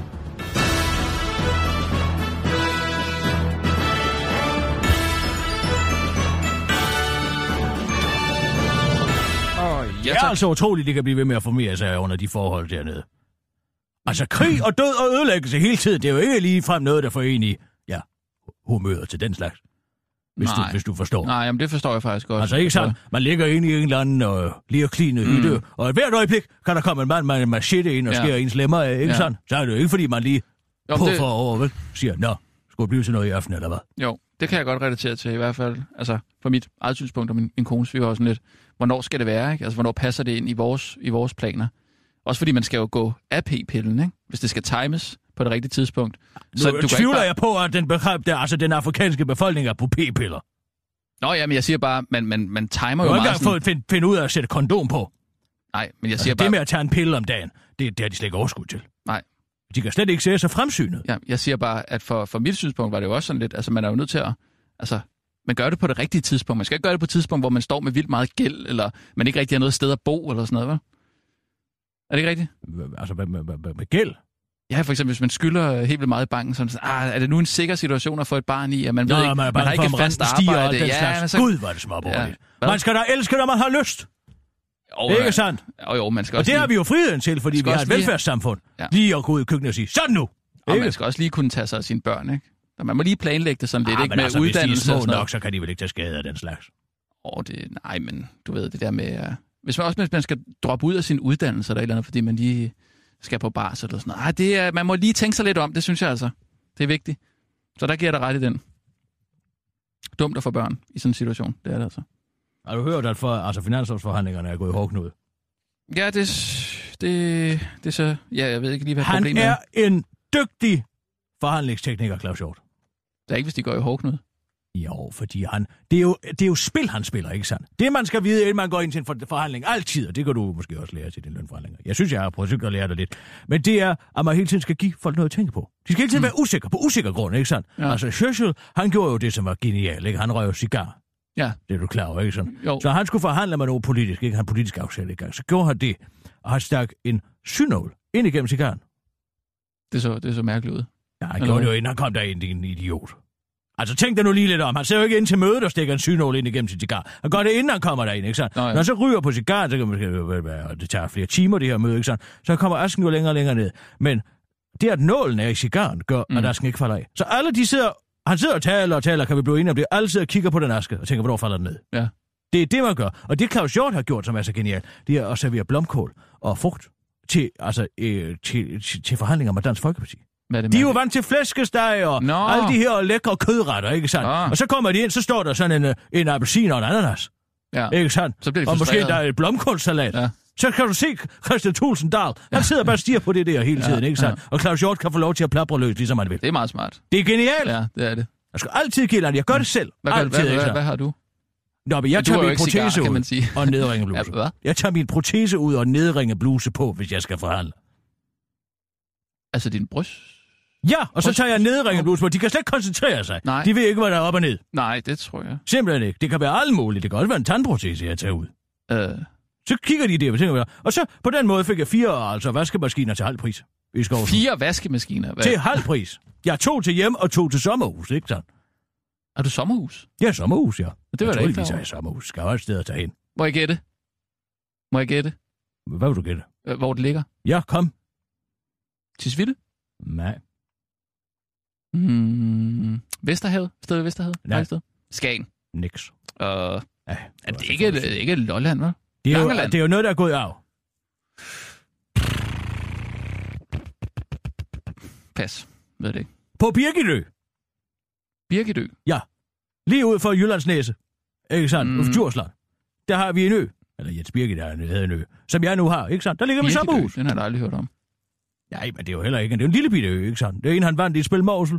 Det er altså utroligt, det kan blive ved med at formere sig under de forhold dernede. Altså krig og død og ødelæggelse hele tiden, det er jo ikke lige frem noget, der får en i, humøret til den slags. Hvis du forstår. Nej, jamen det forstår jeg faktisk godt. Altså ikke sådan, man ligger inde i en eller anden lierklinet hytte, og et hvert øjeblik kan der komme en mand med en machete ind og skære ens lemmer af, ikke sådan? Så er det jo ikke, fordi man lige puffer over, vel? Siger, nå, skulle det blive til noget i aften, eller hvad? Jo, det kan jeg godt relatere til i hvert fald. Altså, fra mit eget synspunkt og min kones, vi var sådan lidt, hvornår skal det være, ikke? Altså, hvornår passer det ind i vores planer? Også fordi man skal jo gå af p-pillen, ikke? Hvis det skal times på det rigtige tidspunkt. Så nu tvivler jeg på, at den afrikanske befolkning er på p-piller. Nå ja, men jeg siger bare, man timer jo meget sådan... Du har ikke engang fået finde ud af at sætte kondom på. Nej, men jeg siger bare... Det med at tage en pille om dagen, det har de slet ikke overskud til. Nej. De kan slet ikke se sig fremsynet. Ja, jeg siger bare, at for mit synspunkt var det jo også sådan lidt... Altså, man er jo nødt til at... Altså, man gør det på det rigtige tidspunkt. Man skal ikke gøre det på et tidspunkt, hvor man står med vildt meget gæld, eller man ikke rigtig har noget sted at bo, eller sådan noget, hva'? Er det ikke rigtigt? Altså, med gæld? Ja, for eksempel, hvis man skylder helt vildt meget i banken, sådan, er det nu en sikker situation at få et barn i, at man ved ikke, man har ikke fast arbejde? Ja, så... Gud, var det småborgerligt. Ja. Man skal da elske, når man har lyst. Ikke sandt? Jo, man skal og det har vi jo friheden til, fordi vi har et velfærdssamfund. Ja. Lige at gå ud i køkkenet og sige, sådan nu! Og man skal også lige kunne tage sig af sine børn, ikke? Så man må lige planlægge det sådan lidt, ikke? Med altså, uddannelse hvis de er små nok, så kan de vel ikke tage skade af den slags. Nej, men du ved, det der med... Hvis man skal droppe ud af sin uddannelse eller et eller andet, fordi man lige skal på barsel eller sådan noget. Man må lige tænke sig lidt om, det synes jeg altså. Det er vigtigt. Så der giver jeg dig ret i den. Dumt at få børn i sådan en situation, det er det altså. Har du hørt, at finanslovsforhandlingerne er gået i hårdknude? Ja, det er så... Ja, jeg ved ikke lige, hvad problemet er. Han er en dygtig forhandlingstekniker, Claus Hjort. Det er ikke, hvis de går i hårdknude. Jo, fordi det er jo spil, han spiller, ikke sandt? Det, man skal vide, inden man går ind til en forhandling, altid, og det kan du måske også lære til dine lønforhandlinger. Jeg synes, jeg har prøvet at lære dig lidt. Men det er, at man hele tiden skal give folk noget at tænke på. De skal hele tiden være usikre, på usikker grund, ikke sandt? Ja. Altså, Churchill, han gjorde jo det, som var genialt, ikke? Han røg jo cigar. Ja. Det er du klar over, ikke sådan? Jo. Så han skulle forhandle med noget politisk, ikke? Han politisk aftale i gang. Så gjorde han det, og han stak en synål ind igennem cigaren. Det så mærkeligt ud. Ja, han gjorde det jo inden han kom derind, din idiot. Altså tænk dig nu lige lidt om. Han ser jo ikke ind til mødet og stikker en synål ind igennem sin cigar. Han gør det inden han kommer derind, ikke sandt? Når han så ryger på cigaren, så kan man, det tager flere timer, det her møde, ikke sandt? Så kommer asken jo længere og længere ned. Men det, at nålen er i cigaren, gør, at asken ikke falder af. Så alle de han sidder og taler, kan vi blive enige om det. Alle sidder og kigger på den aske og tænker, hvornår falder den ned? Ja. Det er det, man gør. Og det Claus Hjort har gjort, som er så genialt, det er at servere blomkål og frugt til forhandlinger med Dansk Folkeparti. De er jo vant til flæskesteg og alle de her lækre kødretter, ikke sandt? Og så kommer de ind, så står der sådan en appelsin og en ananas. Ja. Ikke sandt? Så bliver de og måske der er et blomkålsalat. Ja. Så kan du se Christian Thulesen Dahl. Han sidder bare og stiger på det der hele tiden, ikke sandt? Og Claus Hjort kan få lov til at plapre løs, ligesom han vil. Det er meget smart. Det er genialt. Ja, det er det. Jeg skal altid give dig. Jeg gør det selv. Hvad har du? Nå, men jeg tager min protese ud og nedringe bluse. Ja, jeg tager min protese ud og nedringe bluse på, hvis jeg skal forhandle. Altså din bryst? Ja, og så tager jeg nedringe bluse på. De kan slet ikke koncentrere sig. Nej. De ved ikke, hvad der er op og ned. Nej, det tror jeg. Simpelthen ikke. Det kan være alt muligt. Det kan også være en tandprotese, jeg tager ud. Så kigger de der, og så på den måde fik jeg 4 vaskemaskiner til halv pris. 4 vaskemaskiner? Til halv pris. Jeg 2 til hjem og 2 til sommerhus, ikke sådan? Er du sommerhus? Ja, sommerhus, ja. Det var da ikke jeg sommerhus. Skal også et sted at tage hen. Må jeg gætte? Hvad vil du gætte? Hvor det ligger? Ja, kom. Tisvilde? Nej. Vesterhavet? Stedet ved Vesterhavet? Nej. Skagen? Niks. Er det ikke Lolland, hva'? Det er jo noget, der er gået af. Pas. Ved det ikke. På Birgitø. Birgitø? Ja. Lige ud for Jyllandsnæse. Ikke sandt? Djursland. Der har vi en ø. Eller Jens Birgit havde en ø. Som jeg nu har, ikke sandt? Der ligger vi sommerhus. Den har jeg aldrig hørt om. Nej, men det er jo heller ikke. Det er en lille bitte ø, ikke sandt? Det er en, han vandt i et spil Morsel.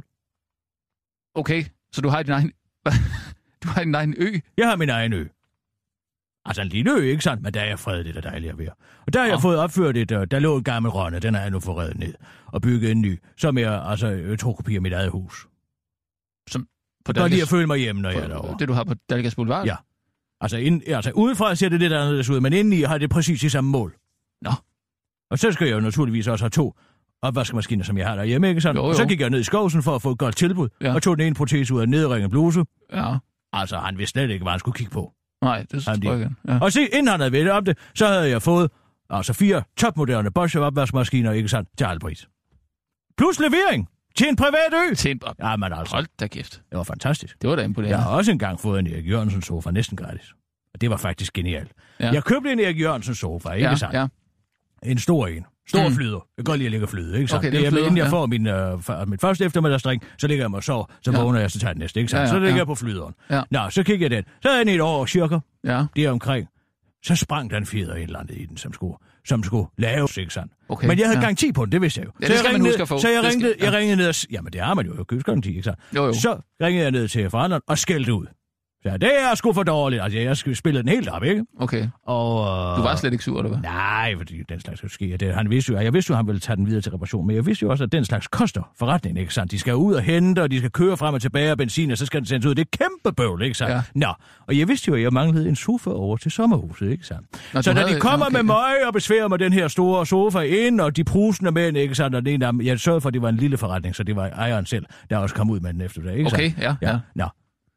Okay, så du har din egen... Du har din egen ø? Jeg har min egen ø. Altså en lille ø, ikke sandt? Men der er jeg fredet, det er dejligt at være. Og der har jeg fået opført der lå en gammel rønne, den har jeg nu fået revet ned. Og bygget en ny, som er trokopi af mit eget hus. Som på der lige at føle mig hjemme, når jeg er derovre. Det du har på Dalgas Boulevard? Ja. Altså udenfra ser det lidt anderledes ud, men indeni har det præcis i samme mål. Nå. Og så skal jeg jo naturligvis også have 2 opvaskemaskiner, som jeg har derhjemme, ikke sandt? Jo. Og så gik jeg ned i skovsen for at få et godt tilbud, og tog den ene protese ud af nedringe bluse. Ja. Altså, han vidste slet ikke, hvad han skulle kigge på. Nej, det tror jeg ikke. Ja. Og se, inden han havde ved om det, så havde jeg fået 4 topmoderne Bosch opvaskemaskiner, ikke sandt, til halv pris. Plus levering til en privat ø. Ja, men altså. Hold da kæft. Det var fantastisk. Det var da imponerende. Jeg har også engang fået en Erik Jørgensen sofa næsten gratis. Og det var faktisk genialt. Ja. Jeg købte en Erik Jørgensen sofa, ikke sandt? Ja. En stor en. Stor flyder. Jeg kan godt lide at ligge og flyde, ikke sandt? Okay, inden jeg får mit første eftermiddagsdrink, så ligger jeg mig og sover, så vågner jeg, så tager den næste, ikke sandt? Så ligger jeg på flyderen. Ja. Nå, så kigger jeg den. Så er den et år cirka. Ja. Det er omkring. Så sprang den fjeder et eller andet i den, som skulle laves, ikke sandt? Okay, men jeg havde garanti på den, det vidste jeg jo. Ja, så jeg ringede ned og... Jamen, det har man jo købsgaranti, ikke sandt? Jo. Så ringede jeg ned til forhandleren og skældte ud. Ja, det er sgu for dårligt. Altså, jeg spillede den helt op, ikke? Okay. Og, du var slet ikke sur, eller hvad? Nej, fordi den slags kan ske. Jeg vidste jo, han ville tage den videre til reparation, men jeg vidste jo også, at den slags koster forretningen, ikke sandt? De skal ud og hente, og de skal køre frem og tilbage af benzin, og så skal den sendes ud. Det er kæmpe bøvl, ikke sandt? Ja. Nå, og jeg vidste jo, at jeg manglede en sofa over til sommerhuset, ikke sandt? Så da de kommer med mig og besværer mig den her store sofa ind, og de prusende mænd, ikke sandt? Og jeg sørgede for, at det var en lille forretning, så det var ejeren selv, der også kom ud med den efter det, ikke sandt? Okay, ja. Nå.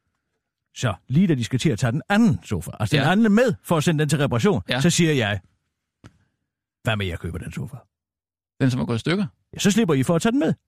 Så lige da de skal til at tage den anden sofa, altså den anden med for at sende den til reparation, så siger jeg, hvad med jeg køber den sofa? Den som er gået i stykker? Ja, så slipper I for at tage den med.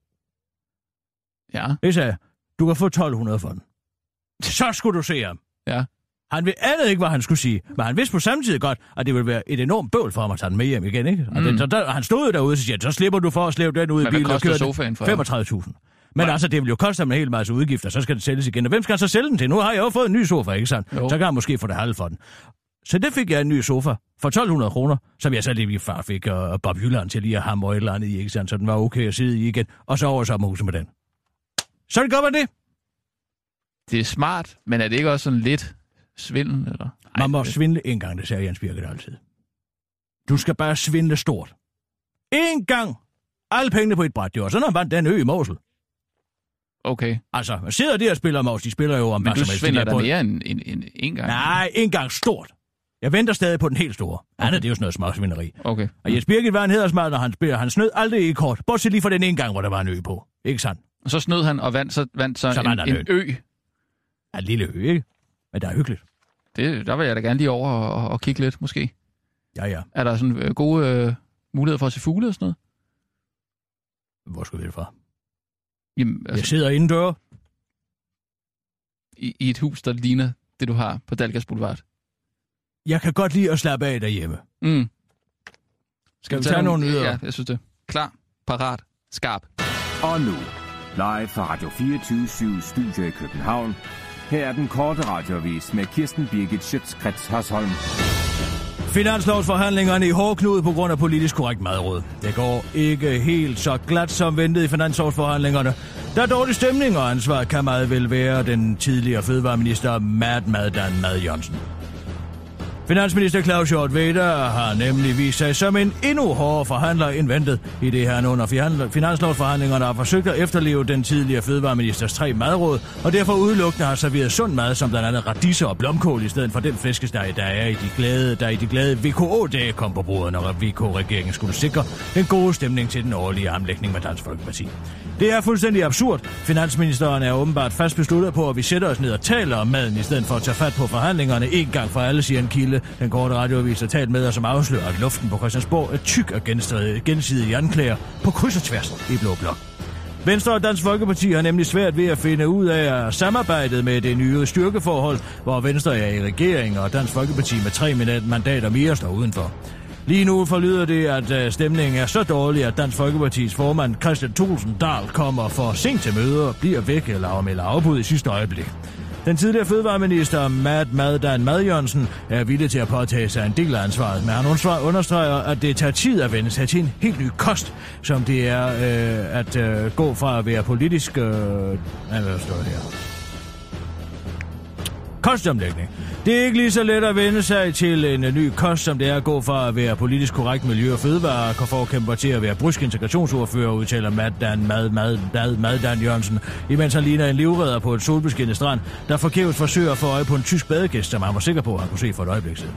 Ja. Det sagde jeg, du kan få 1.200 for den. Så skulle du se ham. Ja. Han anede ikke, hvad han skulle sige, men han vidste på samtidig godt, at det ville være et enormt bøvl for ham at tage den med hjem igen, ikke? Og han stod derude og siger, så slipper du for at slæve den ud i bilen og køre den. 35.000. Men altså, det vil jo koste ham en hel masse udgifter, så skal det sælges igen. Og hvem skal han så sælge den til? Nu har jeg jo fået en ny sofa, ikke sandt? Jo. Så kan han måske få det halve for den. Så det fik jeg en ny sofa for 1.200 kroner, som jeg så lige far fik Bob Jylland til lige at hamre et eller andet i, ikke sandt? Så den var okay at sidde i igen. Og så over sommerhuset med den. Så det gør man det. Det er smart, men er det ikke også sådan lidt svindel, eller? Man må svindle en gang, det sagde Jens Birgit altid. Du skal bare svindle stort. En gang. Alle pengene på et bræt, det var sådan, han vandt den ø i Morsel. Okay. Altså, man sidder der og spiller Mors, de spiller jo om... Men du svindler der mere end en gang? Nej, en gang stort. Jeg venter stadig på den helt store. Andet, det er jo sådan noget småsvineri. Okay. Og Jes Birgit var en hædersmand, og han snød aldrig i kort. Bortset lige fra den ene gang, hvor der var en ø på. Ikke sandt? Og så snød han og vandt så en ø. Ja, en lille ø, ikke? Men det er hyggeligt. Der vil jeg da gerne lige over og kigge lidt, måske. Ja. Er der sådan gode muligheder for at se fugle og sådan noget? Hvor skulle vi det fra? Jamen, altså, jeg sidder indendør. I et hus, der ligner det, du har på Dalgas Boulevard. Jeg kan godt lide at slappe af derhjemme. Skal vi tage nogle nyheder? Ja, jeg synes det. Klar, parat, skarp. Og nu, live fra Radio 24/7 Studio i København. Her er den korte radioavis med Kirsten Birgit Schøtz-Krets Hørsholm. Finanslovsforhandlingerne i hårdknude på grund af politisk korrekt madråd. Det går ikke helt så glat som ventet i finanslovsforhandlingerne. Der er dårlig stemning, og ansvar kan meget vel være den tidligere fødevareminister Mad Jørgensen. Finansminister Claus Hjort Vedder har nemlig vist sig som en endnu hårdere forhandler end ventet, i det han under finanslovsforhandlingerne har forsøgt at efterleve den tidligere fødevareministers 3 madråd, og derfor udelukkende har serveret sund mad, som blandt andet radiser og blomkål, i stedet for den flæskesteg, der i de glade VKO-dage kom på bordet, når VK-regeringen skulle sikre den gode stemning til den årlige armlægning med Dansk Folkeparti. Det er fuldstændig absurd. Finansministeren er åbenbart fast besluttet på, at vi sætter os ned og taler om maden, i stedet for at tage fat på forhandlingerne en gang for alle, siger en kilde. Den korte radioavis har talt med os, som afslører, at luften på Christiansborg er tyk og gensidige anklager på kryds og tværs i blå blok. Venstre og Dansk Folkeparti har nemlig svært ved at finde ud af samarbejdet med det nye styrkeforhold, hvor Venstre er i regering, og Dansk Folkeparti med 3 mandater mere står udenfor. Lige nu forlyder det, at stemningen er så dårlig, at Dansk Folkepartis formand Kristian Thulesen Dahl kommer for sent til møder, bliver væk eller melder afbud i sidste øjeblik. Den tidligere fødevareminister Mad Jørgensen er villig til at påtage sig en del af ansvaret, men han understreger, at det tager tid at vende sig til en helt ny kost, som det er at gå fra at være politisk... hvad står der her? Kostomlægning. Det er ikke lige så let at vende sig til en ny kost, som det er at gå fra at være politisk korrekt miljø- og fødevareforkæmper til at være brysk integrationsordfører, udtaler Mad Jørgensen, imens han ligner en livredder på et solbeskinnet strand, der forgæves forsøger at få øje på en tysk badegæst, som han var sikker på, at han kunne se for et øjeblik siden.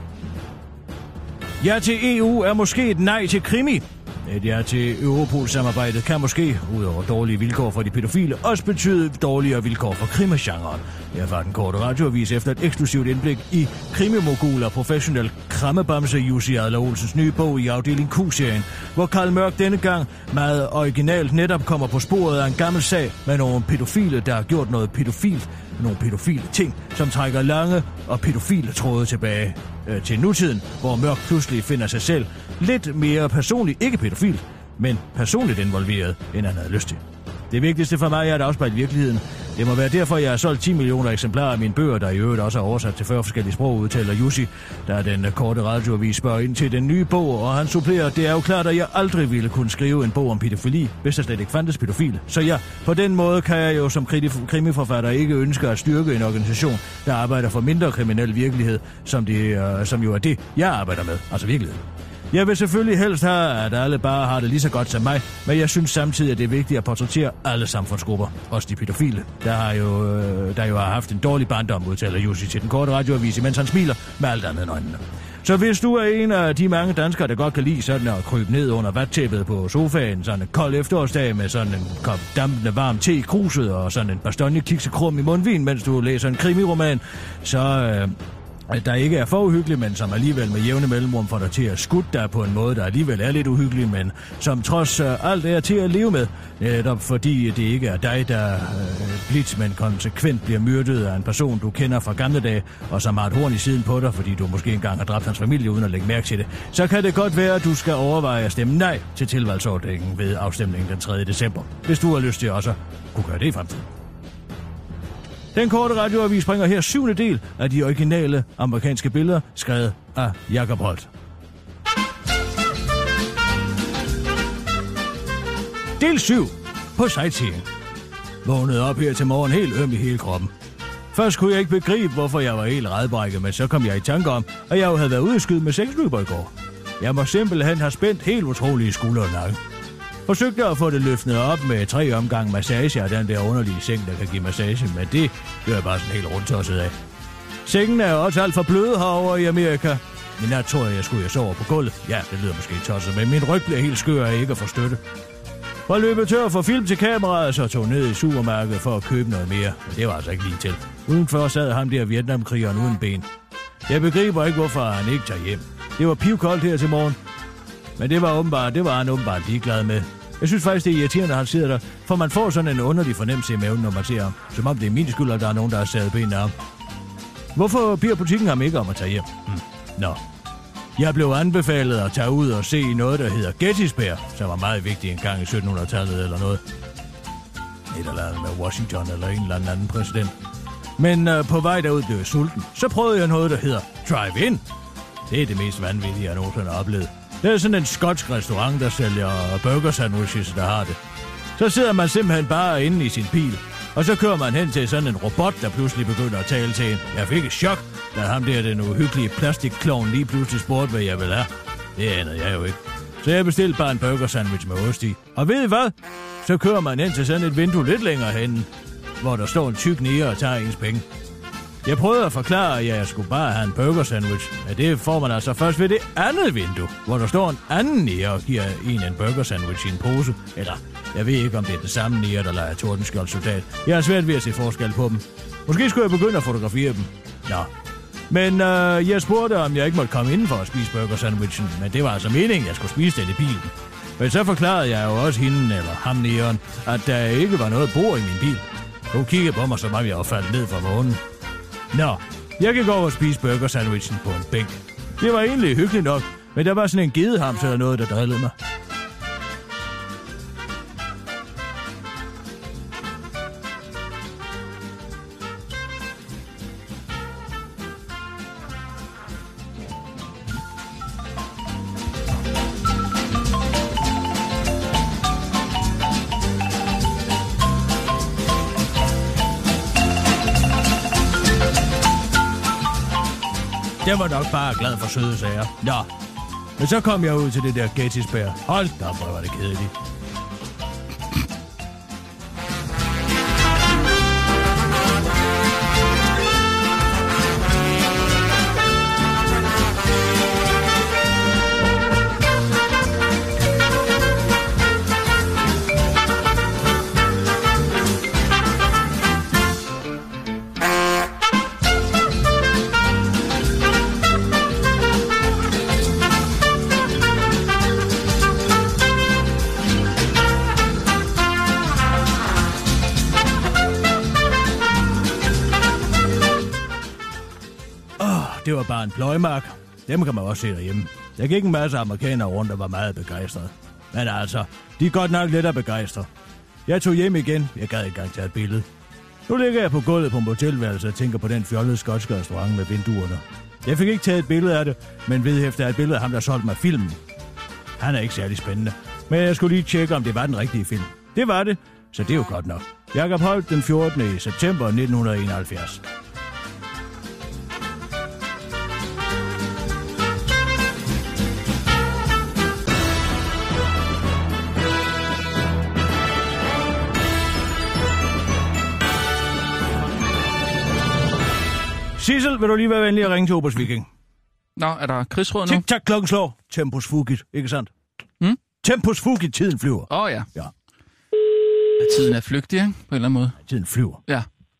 Ja til EU er måske et nej til krimi. Et ja til Europol-samarbejdet kan måske, udover dårlige vilkår for de pædofile, også betyde dårligere vilkår for krimigenren. Her var den korte radioavis efter et eksklusivt indblik i krimimogul og professionel krammebamse Jussi Adler Olsens nye bog i afdeling Q-serien, hvor Karl Mørk denne gang meget originalt netop kommer på sporet af en gammel sag med nogle pædofile, der har gjort noget pædofilt, nogle pædofile ting, som trækker lange og pædofile tråde tilbage til nutiden, hvor Mørk pludselig finder sig selv lidt mere personligt, ikke pædofil, men personligt involveret, end han havde lyst til. Det vigtigste for mig er at afspejle virkeligheden. Det må være derfor, jeg har solgt 10 millioner eksemplarer af mine bøger, der i øvrigt også er oversat til 40 forskellige sprog, udtaler Jussi, der den korte radioavis spørger ind til den nye bog, og han supplerer, det er jo klart, at jeg aldrig ville kunne skrive en bog om pædofili, hvis der slet ikke fandtes pædofile. Så ja, på den måde kan jeg jo som krimiforfatter ikke ønske at styrke en organisation, der arbejder for mindre kriminel virkelighed, som jo er det, jeg arbejder med, altså virkeligheden. Jeg vil selvfølgelig helst have, at alle bare har det lige så godt som mig, men jeg synes samtidig, at det er vigtigt at portrættere alle samfundsgrupper, også de pædofile, der jo har haft en dårlig barndom, udtaler Jussi til den korte radioavis, mens han smiler med alt andet end øjnene. Så hvis du er en af de mange danskere, der godt kan lide sådan at krybe ned under vattæppet på sofaen, sådan en kold efterårsdag med sådan en kop dampende varm te i kruset og sådan en bastogne kiksekrum i mundvin, mens du læser en krimiroman, så... der ikke er for uhyggelig, men som alligevel med jævne mellemrum får dig til at skudt dig på en måde, der alligevel er lidt uhyggelig, men som trods alt er til at leve med. Netop fordi det ikke er dig, der blidt, men konsekvent bliver myrdet af en person, du kender fra gamle dage, og som har et horn i siden på dig, fordi du måske engang har dræbt hans familie uden at lægge mærke til det. Så kan det godt være, at du skal overveje at stemme nej til tilvalgsordningen ved afstemningen den 3. december, hvis du har lyst til også kunne gøre det i fremtiden. Den korte radioavis bringer her 7. del af de originale amerikanske billeder, skrevet af Jacob Holt. Del 7 på sightseeing. Vågnede op her til morgen helt øm i hele kroppen. Først kunne jeg ikke begribe, hvorfor jeg var helt rædbrækket, men så kom jeg i tanke om, at jeg jo havde været ude at skyde med sexløber i går. Jeg må simpelthen have spændt helt utrolige skuldre og nakke. Forsøgte at få det løftet op med 3 omgange massage af den der underlige seng, der kan give massage, men det gør jeg bare sådan helt rundt tosset af. Sengen er også alt for blød herovre i Amerika. I nat tror jeg skulle sove på gulvet. Ja, det lyder måske tosset, men min ryg bliver helt skør af ikke at få støtte. For løbet tør for film til kameraet, så tog ned i supermarkedet for at købe noget mere. Men det var altså ikke lige til. Udenfor sad ham der Vietnamkrigeren uden ben. Jeg begriber ikke, hvorfor han ikke tager hjem. Det var pivkoldt her til morgen. Men det var han åbenbart ligeglad med. Jeg synes faktisk, det er irriterende, at han sidder der, for man får sådan en underlig fornemmelse i maven, når man ser ham. Som om det er min skyld, at der er nogen, der har saget benene af ham. Hvorfor beder butikken ham ikke om at tage hjem? Nå. Jeg blev anbefalet at tage ud og se noget, der hedder Gettysburg, som var meget vigtigt engang i 1700-tallet eller noget. Et eller andet med Washington eller en eller anden præsident. Men på vej derud blev jeg sulten. Så prøvede jeg noget, der hedder Drive-In. Det er det mest vanvittige, jeg nogensinde har oplevet. Det er sådan en skotsk restaurant, der sælger burger sandwiches, der har det. Så sidder man simpelthen bare inde i sin bil, og så kører man hen til sådan en robot, der pludselig begynder at tale til en. Jeg fik et chok, da ham der, den uhyggelige plastikklovn, lige pludselig spurgte, hvad jeg ville have. Det anede jeg jo ikke. Så jeg bestilte bare en burger sandwich med ost i. Og ved I hvad? Så kører man hen til sådan et vindue lidt længere henne, hvor der står en tyk nære og tager ens penge. Jeg prøvede at forklare, at jeg skulle bare have en burger sandwich. Men det får man altså først ved det andet vindue, hvor der står en anden nære og giver en burger sandwich i en pose. Eller, jeg ved ikke, om det er den samme nære, der leger Tordenskjold soldat. Jeg har svært ved at se forskel på dem. Måske skulle jeg begynde at fotografere dem. Nå. Men jeg spurgte, om jeg ikke måtte komme inden for at spise burger sandwichen. Men det var altså meningen, jeg skulle spise den i bilen. Men så forklarede jeg jo også hende, eller ham næren, at der ikke var noget bord i min bil. Hun kiggede på mig, som om jeg var faldet ned fra vågen. Nå, jeg kan gå over og spise burger sandwichen på en bænk. Det var egentlig hyggeligt nok, men der var sådan en gedehams eller noget, der drillede mig. Jeg var nok bare glad for søde sager. Nå, men så kom jeg ud til det der Gettysburg. Hold da op, hvor var det kedeligt. Det var bare en pløjemark. Dem kan man også se derhjemme. Der gik en masse amerikanere rundt og var meget begejstrede. Men altså, de er godt nok lidt at begejstre. Jeg tog hjem igen. Jeg gad ikke engang tage et billede. Nu ligger jeg på gulvet på motelværelset og tænker på den fjollede skotske restaurant med vinduerne. Jeg fik ikke taget et billede af det, men vedhæfter et billede af ham, der solgte mig filmen. Han er ikke særlig spændende. Men jeg skulle lige tjekke, om det var den rigtige film. Det var det, så det er jo godt nok. Jakob Holt den 14. september 1971. Sissel, vil du lige være venlig at ringe til Oberst Viking? Nå, er der krigsråd nu? Tik-tak, klokken slår. Tempus fugit, ikke sandt? Tempus fugit, tiden flyver. Ja. Ja. Tiden er flygtig, ikke? På en eller anden måde. Tiden flyver. Ja.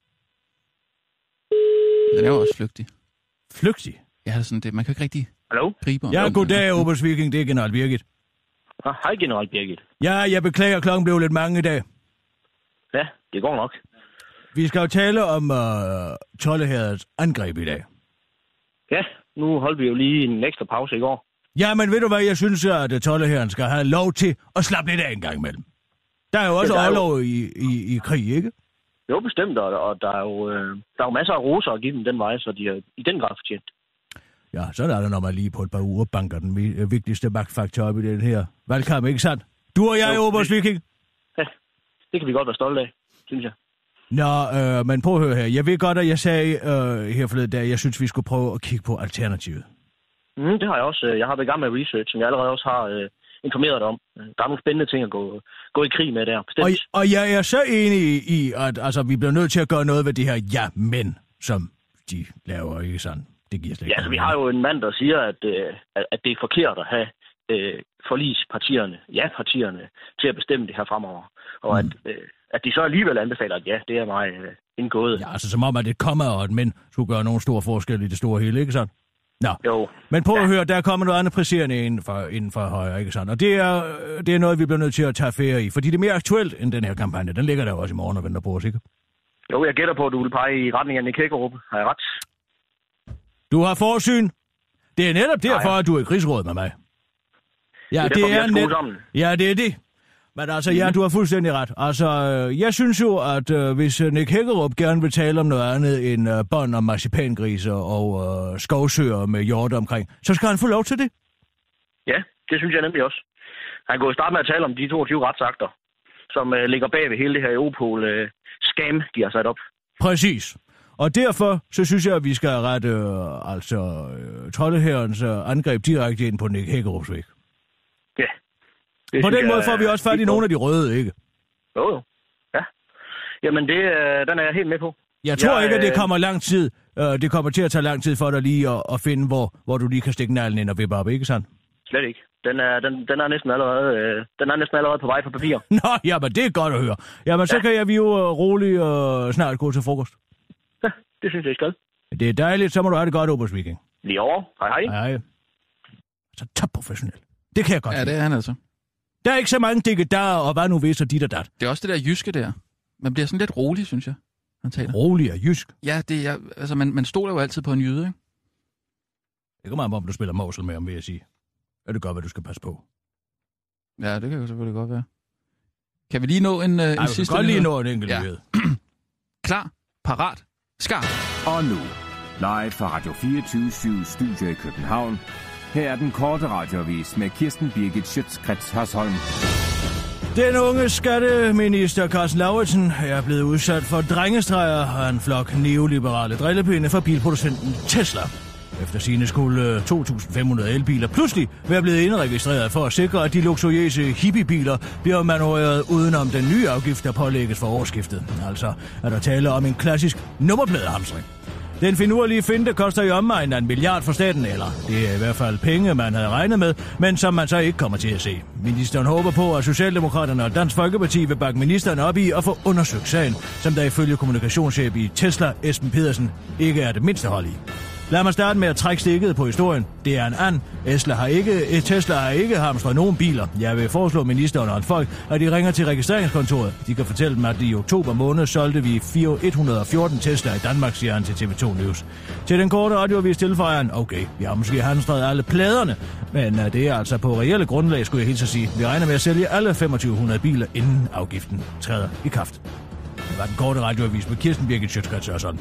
Den er jo også flygtig. Flygtig? Ja, det er sådan det. Man kan ikke rigtig gribe om. Ja, goddag, Oberst Viking. Det er general Birgit. Hej, general Birgit. Ja, jeg beklager, klokken blev lidt mange i dag. Ja, det går nok. Vi skal jo tale om Tollehærets angreb i dag. Ja, nu holdt vi jo lige en ekstra pause i går. Ja, men ved du hvad, jeg synes, at Tollehæren skal have lov til at slappe lidt af en gang imellem. Der er jo også overlov i krig, ikke? Jo, bestemt, og der er jo masser af roser at give dem den vej, så de er i den grad fortjent. Ja, så er det, når man lige på et par uger banker den vigtigste magtfaktor op i den her valgkamp, ikke sandt? Du og jeg, Oberst Viking? Ja, det kan vi godt være stolte af, synes jeg. Nå, men prøv at høre her. Jeg ved godt, at jeg sagde her forleden dag, jeg synes, vi skulle prøve at kigge på alternativet. Det har jeg også. Jeg har været i gang med research, som jeg allerede også har informeret dig om. Der er nogle spændende ting at gå i krig med der. Og jeg er så enig i, at altså, vi bliver nødt til at gøre noget ved det her ja-men, som de laver, ikke sandt? Det giver slet Ja, ikke altså, vi har jo en mand, der siger, at det er forkert at have forligspartierne, ja-partierne, til at bestemme det her fremover. Og at de så alligevel anbefaler, at ja, det er mig indgået. Ja, altså som om, at et komma og et men skulle gøre nogen stor forskel i det store hele, ikke sandt? Nå, jo. Men prøv at høre, der kommer noget andet presserende inden for højre, ikke sandt? Og det er noget, vi bliver nødt til at tage ferie i, fordi det er mere aktuelt end den her kampagne. Den ligger der også i morgen og venter på os, ikke? Jo, jeg gætter på, at du vil pege i retning af Nick Hækkerup. Har jeg ret? Du har forsyn. Det er netop derfor, at du er i krigsråd med mig. Ja, det er ja, det er det. Men altså, ja, du har fuldstændig ret. Altså, jeg synes jo, at hvis Nick Hækkerup gerne vil tale om noget andet end bånd og marcipangriser og skovsøer med hjorte omkring, så skal han få lov til det. Ja, det synes jeg nemlig også. Han går i start med at tale om de 22 retsakter, som ligger bag ved hele det her Europol-scam, de har sat op. Præcis. Og derfor, så synes jeg, at vi skal rette troldehærens angreb direkte ind på Nick Hækkerups væg. Ja. På den måde får vi også fat i nogle af de røde, ikke? Jo. Ja. Jamen, den er jeg helt med på. Jeg tror ikke, at det kommer lang tid. Det kommer til at tage lang tid for dig lige at finde, hvor du lige kan stikke nallen ind og vippe op, ikke sandt? Slet ikke. Den er næsten allerede på vej på papir. Nå, jamen det er godt at høre. Jamen så kan vi jo roligt snart gå til frokost. Ja, det synes jeg skal. Det er dejligt, så må du have det godt, Oberst Viking. Lige over. Hej. Hej. Så top professionel. Det kan jeg godt lide. Ja, det er han altså. Der er ikke så mange dikkedarer, og hvad nu ved, så dit og dat. Det er også det der jyske der. Man bliver sådan lidt rolig, synes jeg, han taler. Rolig og jysk? Ja, det er, altså man stoler jo altid på en jyde, ikke? Det kommer meget om, du spiller Mosel med ham, vil jeg sige. Er det godt, hvad du skal passe på? Ja, det kan jo selvfølgelig godt være. Kan vi lige nå en sidste? Nej, vi kan godt lige nå en enkelt nyhed. Klar, parat, skarp. Og nu, live fra Radio 24/7 Studio i København. Her er den korte radioavis med Kirsten Birgit Schøtz-Krets Hørsholm. Den unge skatteminister Carsten Lauritsen er blevet udsat for drengestreger af en flok neoliberale drillepinde fra bilproducenten Tesla. Efter sine skulle 2.500 elbiler pludselig være blevet indregistreret for at sikre, at de luksuriøse hippiebiler bliver manøvreret udenom den nye afgift, der pålægges for årsskiftet. Altså er der tale om en klassisk nummerpladehamstring. Den finurlige finte koster i omegnen af 1 milliard for staten, eller det er i hvert fald penge, man havde regnet med, men som man så ikke kommer til at se. Ministeren håber på, at Socialdemokraterne og Dansk Folkeparti vil bakke ministeren op i at få undersøgt sagen, som der ifølge kommunikationschef i Tesla, Esben Pedersen, ikke er det mindste hold i. Lad mig starte med at trække stikket på historien. Det er en and. Tesla har ikke hamstret nogen biler. Jeg vil foreslå ministeren og folk, at de ringer til registreringskontoret. De kan fortælle dem, at i oktober måned solgte vi 114 Tesla i Danmark, siger han til TV2 News. Til den korte radioavis tilføjer han, okay, vi har måske hamstret alle pladerne, men det er altså på reelle grundlag, skulle jeg helt så sige. Vi regner med at sælge alle 2500 biler, inden afgiften træder i kraft. Det var den korte radioavis med Kirsten Birgit Schøtz-Krets Hørsholm.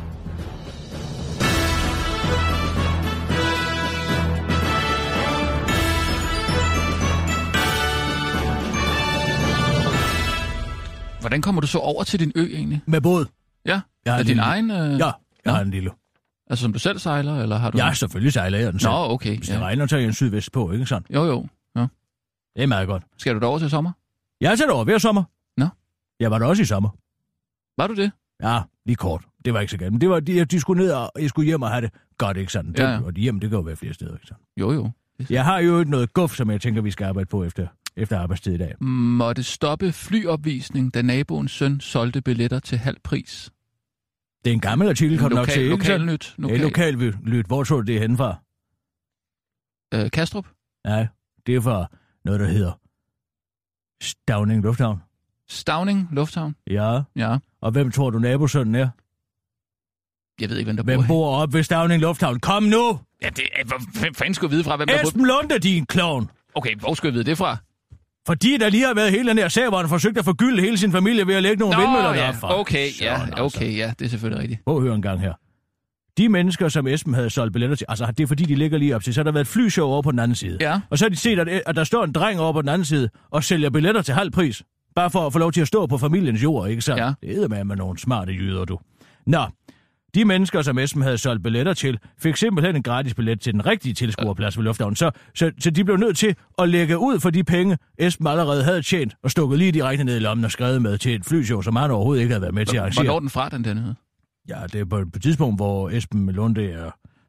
Hvordan kommer du så over til din ø egentlig? Med båd. Ja? Er din egen? Ja, jeg har en lille. Altså som du selv sejler, eller har du? Ja, selvfølgelig sejler jeg den selv. Nå, okay. Hvis det regner, tager jeg en sydvest på, ikke sandt? Jo. Ja. Det er meget godt. Skal du derover til sommer? Jeg er til derover hver sommer. Nå. Jeg var der også i sommer. Var du det? Ja, lige kort. Det var ikke så galt. Men det var, de skulle ned, og jeg skulle hjem og have det godt, ikke sandt? Ja. Og hjem, det kan jo være flere steder, ikke sandt? Jo. Jeg har jo noget guf, som jeg tænker, vi skal arbejde på efter arbejdstid i dag. Måtte stoppe flyopvisning, da naboens søn solgte billetter til halv pris. Det er en gammel artikel, kom nok til, ikke? Lokalnyt. Det er lokalnyt. Hvor tror du, det er henne fra? Kastrup? Nej, det er fra noget, der hedder Stauning Lufthavn. Stauning Lufthavn? Ja. Og hvem tror du, nabosønnen er? Jeg ved ikke, hvem der bor Hvem bor oppe ved Stauning Lufthavn? Kom nu! Ja, hvem fanden skulle vide fra, hvem der bor? Esben Lunde, din klovn! Okay, hvor skulle jeg vide det fra? Fordi der lige har været hele den her sag, hvor han forsøgte at forgylde hele sin familie ved at lægge nogle vindmøller derfra. Okay, det er selvfølgelig rigtigt. Prøv at høre en gang her. De mennesker, som Esben havde solgt billetter til, altså det er fordi, de ligger lige op til, så har der været et flyshow over på den anden side. Ja. Og så har de set, at der står en dreng over på den anden side og sælger billetter til halv pris. Bare for at få lov til at stå på familiens jord, ikke så? Ja. Det er med nogle smarte jyder, du. Nå, de mennesker, som Esben havde solgt billetter til, fik simpelthen en gratis billet til den rigtige tilskuerplads ved Lufthavnen. Så de blev nødt til at lægge ud for de penge, Esben allerede havde tjent, og stukket lige direkte ned i lommen og skrevet med til et flyshow, som han overhovedet ikke havde været med til at arrangere. Hvornår den fra, den nyhed? Ja, det er på et tidspunkt, hvor Esben Lunde er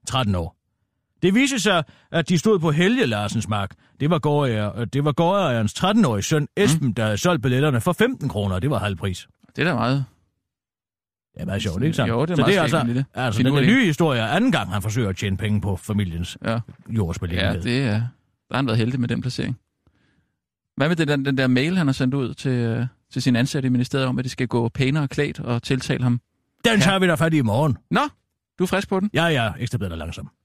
13 år. Det viste sig, at de stod på Helge Larsens mark. Det var gårdejerens 13-årige søn Esben, der havde solgt billetterne for 15 kroner. Det var halv pris. Det er da meget. Ja, meget sjovt, ikke sant? Jo, det er så meget det er altså den nye historie er anden gang, han forsøger at tjene penge på familiens jordsbeliggenhed. Ja, det er... Der har han været heldig med den placering. Hvad med den der mail, han har sendt ud til sin ansatte i ministeriet om, at de skal gå pænere klædt og tiltale ham? Den tager vi da fat i morgen. Nå, du er frisk på den? Ja, Ekstra Bladet er langsom.